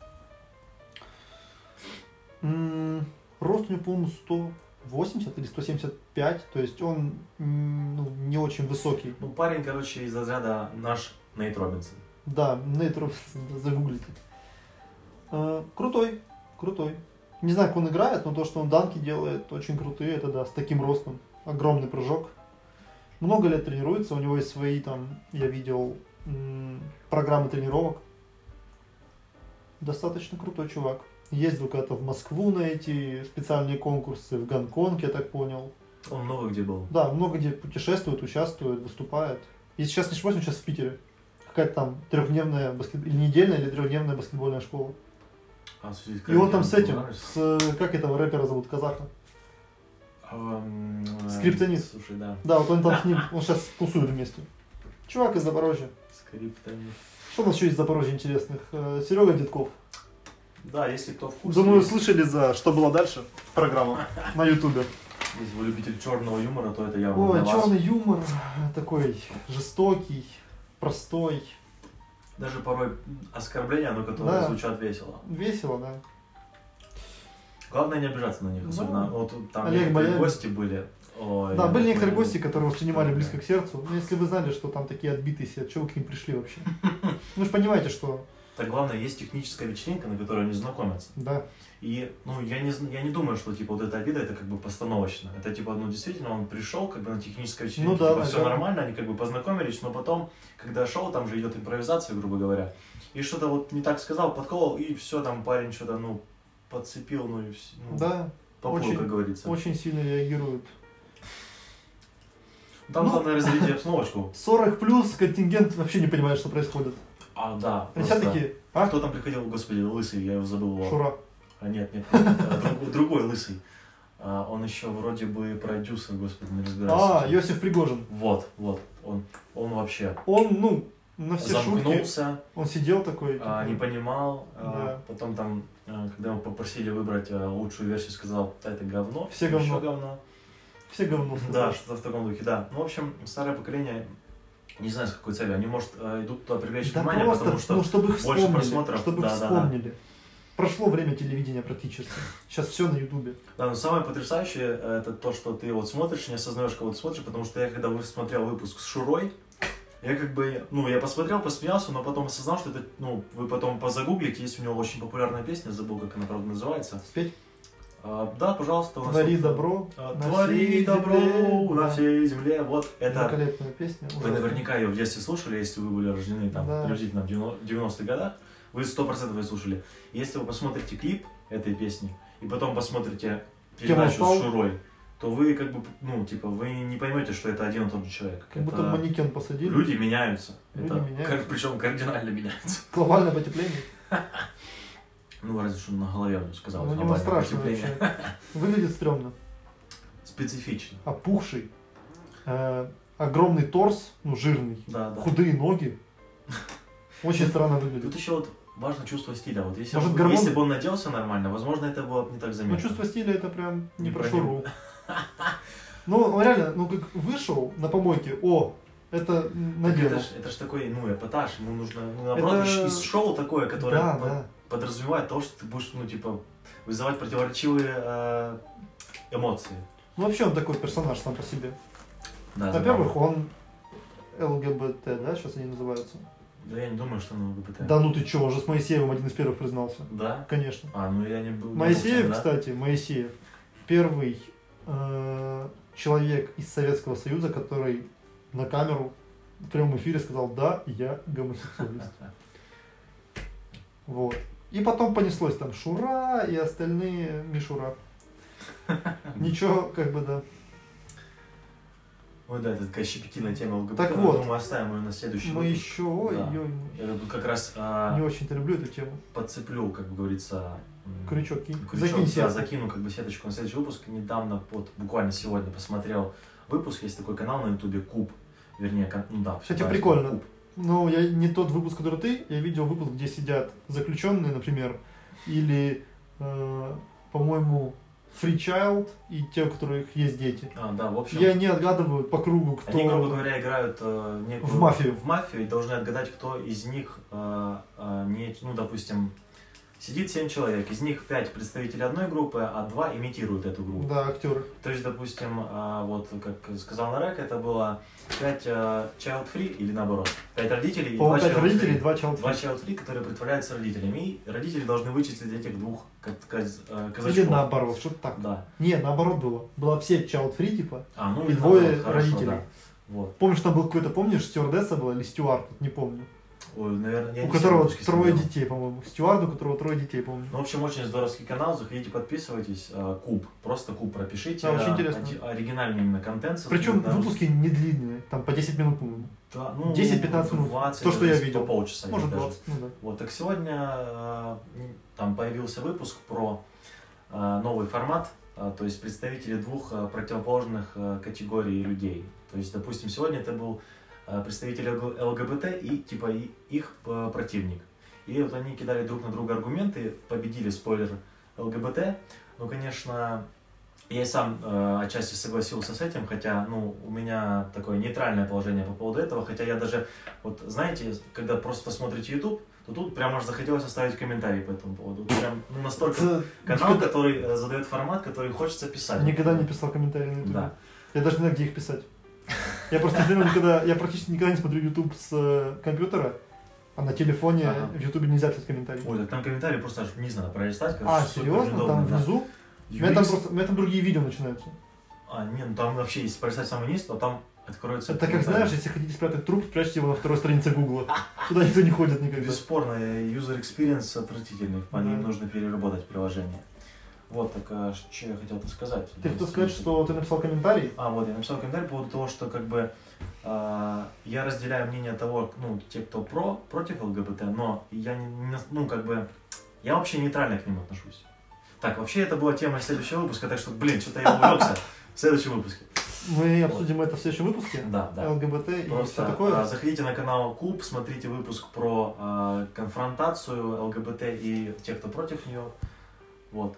М, Рост у него, по-моему, сто восемьдесят или сто семьдесят пять. То есть он м, ну, не очень высокий. Ну, парень, короче, из разряда наш Нейт Робинсон. Да, Нейт Робинсон, загуглите. Э, Крутой, крутой. Не знаю, как он играет, но то, что он данки делает, очень крутые. Это да, с таким ростом. Огромный прыжок. Много лет тренируется, у него есть свои там, я видел, м, программы тренировок. Достаточно крутой чувак. Ездил когда-то в Москву на эти специальные конкурсы, в Гонконг, я так понял. Он много где был. Да, много где путешествует, участвует, выступает. Если сейчас не ошибаюсь, он сейчас в Питере. Какая-то там трехдневная баскет... или недельная, или трехдневная баскетбольная школа. А, в связи И он там с как этим, я с, э, как этого рэпера зовут, казаха? Эм, э, Скриптонит. Слушай, да. Да, вот он там с ним, он сейчас тусует вместе. Чувак из Запорожья. Скриптонит. Что у нас еще из Запорожья интересных? Э, Серега Дедков. Да, если кто в курсе. Думаю, слышали за «Что было дальше» программу на ютубе. Если вы любитель черного юмора, то это явно Ой, для вас. черный юмор такой жестокий, простой, Даже порой оскорбления, но которые Да. звучат весело. весело, да. Главное не обижаться на них, Ну, особенно вот там Олег некоторые Боярин. гости были. Ой, Да, я были так некоторые понял. гости, которые воспринимали Да. близко к сердцу. Но если вы знали, что там такие отбитые все, чего вы к ним пришли вообще? Вы же понимаете, что... Так главное, есть техническая вечеринка, на которой они знакомятся. Да. И, ну, я не, зн- я не думаю, что, типа, вот эта обида, это как бы постановочно. Это, типа, ну, действительно, он пришел, как бы, на технической вечеринке, Ну да, типа, все да. нормально, они, как бы, познакомились, но потом, когда шоу, там же идет импровизация, грубо говоря, и что-то вот не так сказал, подколол, и все, там парень что-то, ну, подцепил, ну, и все, ну, Да, поплыл, очень- как говорится. очень сильно реагируют. Там ну, главное разрядить обстановочку. сорок плюс, контингент вообще не понимает, что происходит. А, да. Они все просто- такие, а? Кто там приходил, господи, лысый, я его забыл. его. Шура. А, нет, нет, нет, а, другой, другой лысый. А, он еще вроде бы продюсер, господи, не разбирается. А, Йосиф Пригожин. Вот, вот, он, он вообще Он, ну, на все шутки, замкнулся, он сидел такой. а, типа, не понимал. Да. а, потом там, а, когда его попросили выбрать а, лучшую версию, сказал, да, это говно. Все еще говно. говно. Все говно. Да, сказали. что-то в таком духе, да. Ну, в общем, старое поколение, не знаю, с какой целью, они, может, а, идут туда привлечь Да внимание, просто, потому что ну, чтобы их больше вспомнили, просмотров. чтобы Да, да, да. вспомнили. Прошло время телевидения практически. Сейчас все на Ютубе. Да, но самое потрясающее э, это то, что ты вот смотришь, не осознаешь, кого ты смотришь, потому что я когда вы- смотрел выпуск с Шурой, я как бы, ну, я посмотрел, посмеялся, но потом осознал, что это, ну, вы потом позагуглите, есть у него очень популярная песня, забыл, как она, правда, называется. Спеть? А, да, пожалуйста. у нас Твори вот, добро. а, на Твори всей добро земле. на Да. всей земле. Вот это. Великолепная песня. Вы ужасная. наверняка ее в детстве слушали, если вы были рождены там Да. приблизительно в девяностых годах. Вы сто процентов ее слушали. Если вы посмотрите клип этой песни и потом посмотрите передачу Кем он с стал? Шурой, то вы как бы, ну, типа, вы не поймете, что это один и тот же человек. Как будто Это манекен посадили. люди меняются. Люди это, меняются. Как, причем кардинально меняются. Глобальное потепление. Ну, разве что на голове он сказал. Ну, у него страшно вообще. Выглядит стрёмно. Специфично. Опухший. Э, огромный торс, ну, жирный. Да, да. Худые ноги. Очень странно выглядит. Тут еще вот важно чувство стиля. Вот если, Может, он, гормон... если бы он наделся нормально, возможно, это было бы не так заметно. Ну, чувство стиля это прям не, Не про про шуру. Ну, он реально, ну, как вышел на помойке, о, это надел. Это ж, это ж такой, ну, эпатаж, ему нужно, ну, наоборот, Это- из шоу такое, которое Да, по- да. подразумевает то, что ты будешь, ну, типа, вызывать противоречивые э, эмоции. Ну, вообще он такой персонаж сам по себе. Да, Во-первых, забавно. он ЛГБТ, да, сейчас они называются? Да я не думаю, что он ЛГБТ. Да ну ты чё, уже с Моисеевым один из первых признался. Да? Конечно. А, ну я не был. не Моисеев, был, да? кстати, Моисеев, первый э, человек из Советского Союза, который на камеру в прямом эфире сказал: да, я гомосексуалист. Вот. И потом понеслось там Шура и остальные Мишура. Ничего, как бы, да. Ой, да, это такая щепетильная тема ЛГБТ. Так я вот. думаю, оставим ее на следующий Мы выпуск. еще, ой, Да. ой, Я тут как раз а, не очень-то люблю эту тему. подцеплю, как бы говорится, м, Крючок кинь. крючок, Закинь да, сетку. закину как бы сеточку на следующий выпуск. Недавно, вот буквально сегодня посмотрел выпуск, есть такой канал на ютубе Куб, вернее, кон- ну да. Кстати, всё прикольно. правильно, Куб. Ну, я не тот выпуск, который ты, я видел выпуск, где сидят заключенные, например, или, э, по-моему, Free Child и те, у которых есть дети. А, да, в общем, И они отгадывают по кругу, кто... они, грубо говоря, играют э, некую- В мафию. в мафию и должны отгадать, кто из них, э, э, не, ну, допустим, сидит семь человек, из них пять представителей одной группы, а два имитируют эту группу. Да, актеры. То есть, допустим, а, вот как сказал Нарек, это было пять child free или наоборот, пять родителей и два По-моему, пять child родителей, free. два child Два free. child free, которые притворяются родителями. И родители должны вычислить этих двух, как сказать, э, Или казачков. наоборот, что-то так. Да. Не, наоборот было. Было все child free, типа, А, ну и или двое наоборот, хорошо, родителей. да. Вот. Помнишь, там был какой-то, помнишь, стюардесса была или стюард, не помню. Ой, наверное, я У не все которого выпуски трое смотрел. детей, по-моему. Стюарду, у которого трое детей, помню. Ну, в общем, очень здоровский канал, заходите, подписывайтесь. э, Куб, просто Куб пропишите. Да, очень э, интересно. оди- Оригинальный именно контент. Причем да, выпуски не длинные, там по десять минут, по-моему. да, ну, десять-пятнадцать минут. двадцать, То, что я даже видел. по полчаса. Может, даже. двадцать, ну да. Вот, так сегодня э, там появился выпуск про э, новый формат, э, то есть представители двух э, противоположных э, категорий людей. То есть, допустим, сегодня это был э, представитель ЛГ- ЛГБТ и типа и, их э, противник. И вот они кидали друг на друга аргументы, победили, спойлер, ЛГБТ. Ну, конечно, я и сам э, отчасти согласился с этим, хотя, ну, у меня такое нейтральное положение по поводу этого, хотя я даже, вот, знаете, когда просто смотрите YouTube, то тут прям аж захотелось оставить комментарий по этому поводу. Прям, ну, настолько Ц- канал, никогда- который э, задает формат, который хочется писать. Никогда не писал комментарии на YouTube. Да. Я даже не знаю, где их писать. Я просто например, никогда, я практически никогда не смотрю YouTube с э, компьютера, а на телефоне Ага. в YouTube нельзя писать комментарий. Ой, так там комментарии просто аж вниз надо пролистать. А, короче, супер серьезно? неудобно, Там да. внизу? У меня там Юрист- просто, у меня там другие видео начинаются. А, нет, ну там вообще, если пролистать самый низ, то там откроется... Это как, комментарий. знаешь, если хотите спрятать труп, спрячьте его на второй странице Гугла. Туда никто не ходит никогда. Бесспорно, user experience отвратительный, по ним Да. нужно переработать приложение. Вот, так а, что я хотел-то сказать? Ты хотел сказать, что ты написал комментарий? А, вот, я написал комментарий по поводу того, что как бы а, я разделяю мнение того, ну, те, кто про, против ЛГБТ, но я не, не нас- ну, как бы, я вообще нейтрально к ним отношусь. Так, вообще это была тема следующего выпуска, так что, блин, что-то я увлекся в следующем выпуске. Мы обсудим это в следующем выпуске. Да, да. ЛГБТ и Просто все такое. а, заходите на канал Куб, смотрите выпуск про а, конфронтацию ЛГБТ и тех, кто против нее. Вот.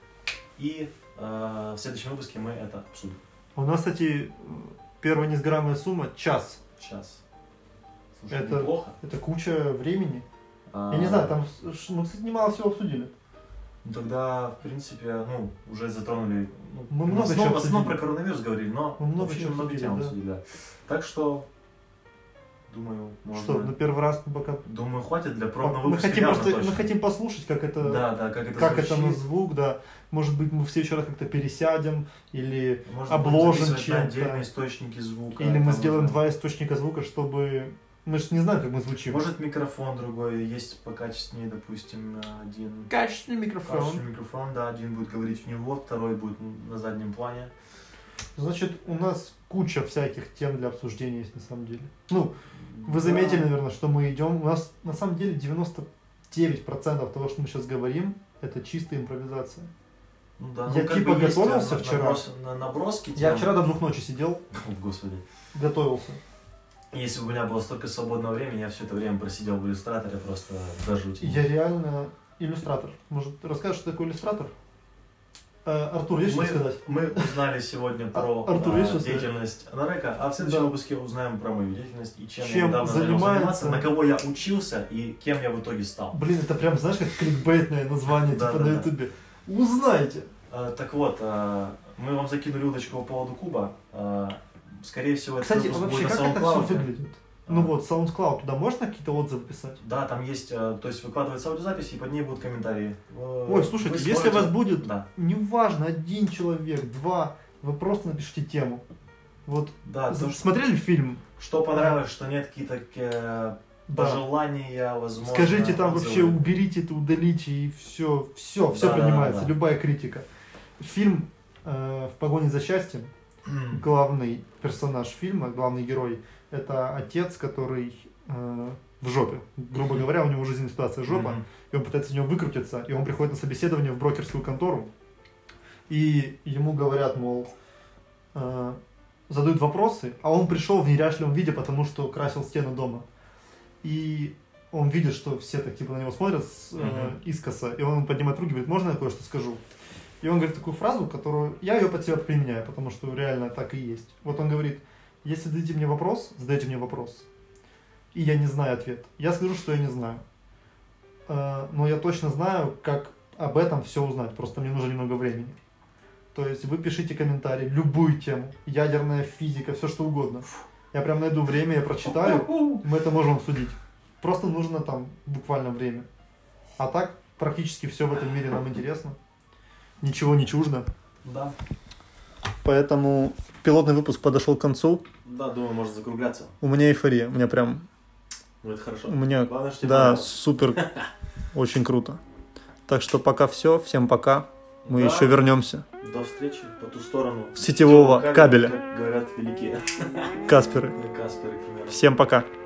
И а, в следующем выпуске мы это обсудим. У нас, кстати, первая несгораемая сумма – час. Сейчас. Слушай, Это- неплохо. Это куча времени. А, Я не знаю, там, ш- мы, кстати, немало всего обсудили. Ну, тогда, в принципе, ну, уже затронули... Ну, Мы в много основном, чего в основном обсудили. про коронавирус говорили, но Мы много вообще чего много обсудили, тем да. обсудили, да. Так что, думаю, можно... Что, на первый раз мы пока... Думаю, хватит для пробного Мы выпуска. хотим, явно просто, точно. мы хотим послушать, как это, Да, да, как это как это на звучит. звук, да. Может быть, мы в следующий раз как-то пересядем, или, Может, обложим будем записывать на чем-то. отдельные источники звука. или мы там сделаем уже. два источника звука, чтобы... Мы же не знаем, как мы звучим. Может, микрофон другой есть покачественнее, допустим, один. Качественный микрофон. Качественный микрофон, да, один будет говорить в него, второй будет на заднем плане. Значит, у нас куча всяких тем для обсуждения есть на самом деле. Ну, вы Да. заметили, наверное, что мы идем. У нас на самом деле девяносто девять процентов того, что мы сейчас говорим, это чистая импровизация. Ну, да, я ну, как типа бы есть, готовился э, вчера. наброс- на- наброски. Я тем. вчера до двух ночи сидел, О, Господи. готовился. Если бы у меня было столько свободного времени, я все это время просидел в иллюстраторе просто до жути. Я реально иллюстратор. Может, расскажешь, что такое иллюстратор? Э, Артур, есть мы, что сказать? мы узнали сегодня про Артур, а, есть что сказать? деятельность Нарека, а в следующем Да. выпуске узнаем про мою деятельность и чем, Чем я недавно начал занимается? заниматься, на кого я учился и кем я в итоге стал. Блин, это прям, знаешь, как кликбейтное название, Да, типа да, на да. ютубе. Узнайте! А, так вот, а, мы вам закинули удочку по поводу куба. А, скорее всего, этот Кстати, а выпуск вообще, будет как на это все SoundCloud. выглядит? Ну вот, SoundCloud, туда можно какие-то отзывы писать? Да, там есть, а, то есть выкладывается аудиозапись, и под ней будут комментарии. Ой, слушайте, Вы если сможете- вас будет, Да, неважно, один человек, два, вы просто напишите тему. Вот, да, то, что, смотрели фильм? что понравилось, что нет какие-то э, Да. пожелания, возможно. Скажите там отзывы. вообще, уберите это, удалите, и все, все, все Да, да, принимается, да. любая критика. Фильм э, «В погоне за счастьем», главный персонаж фильма, главный герой, это отец, который э, в жопе. Грубо говоря, у него жизненная ситуация жопа, Мгм. и он пытается из него выкрутиться, и он приходит на собеседование в брокерскую контору, и ему говорят, мол, э, задают вопросы, а он пришел в неряшливом виде, потому что красил стену дома. И он видит, что все так типа на него смотрят с, э, Мгм. искоса, и он поднимает руки и говорит, можно я кое-что скажу? И он говорит такую фразу, которую я ее под себя применяю, потому что реально так и есть. Вот он говорит, если дадите мне вопрос, задайте мне вопрос, и я не знаю ответ, я скажу, что я не знаю. Э, но я точно знаю, как об этом все узнать, просто мне нужно немного времени. То есть вы пишите комментарии, любую тему, ядерная физика, все что угодно. Я прям найду время, я прочитаю, мы это можем обсудить. Просто нужно там буквально время. А так практически все в этом мире нам интересно. Ничего не чуждо. Да. Поэтому пилотный выпуск подошел к концу. Да, думаю, можно закругляться. У меня эйфория. У меня прям... Ну, это хорошо. У меня... Главное, что тебе Да, понравилось. супер. Очень круто. Так что пока все. Всем пока. Мы Да. еще вернемся. До встречи по ту сторону Сетевого сетевого кабеля. Как говорят великие Касперы. Касперы, к примеру. Всем пока.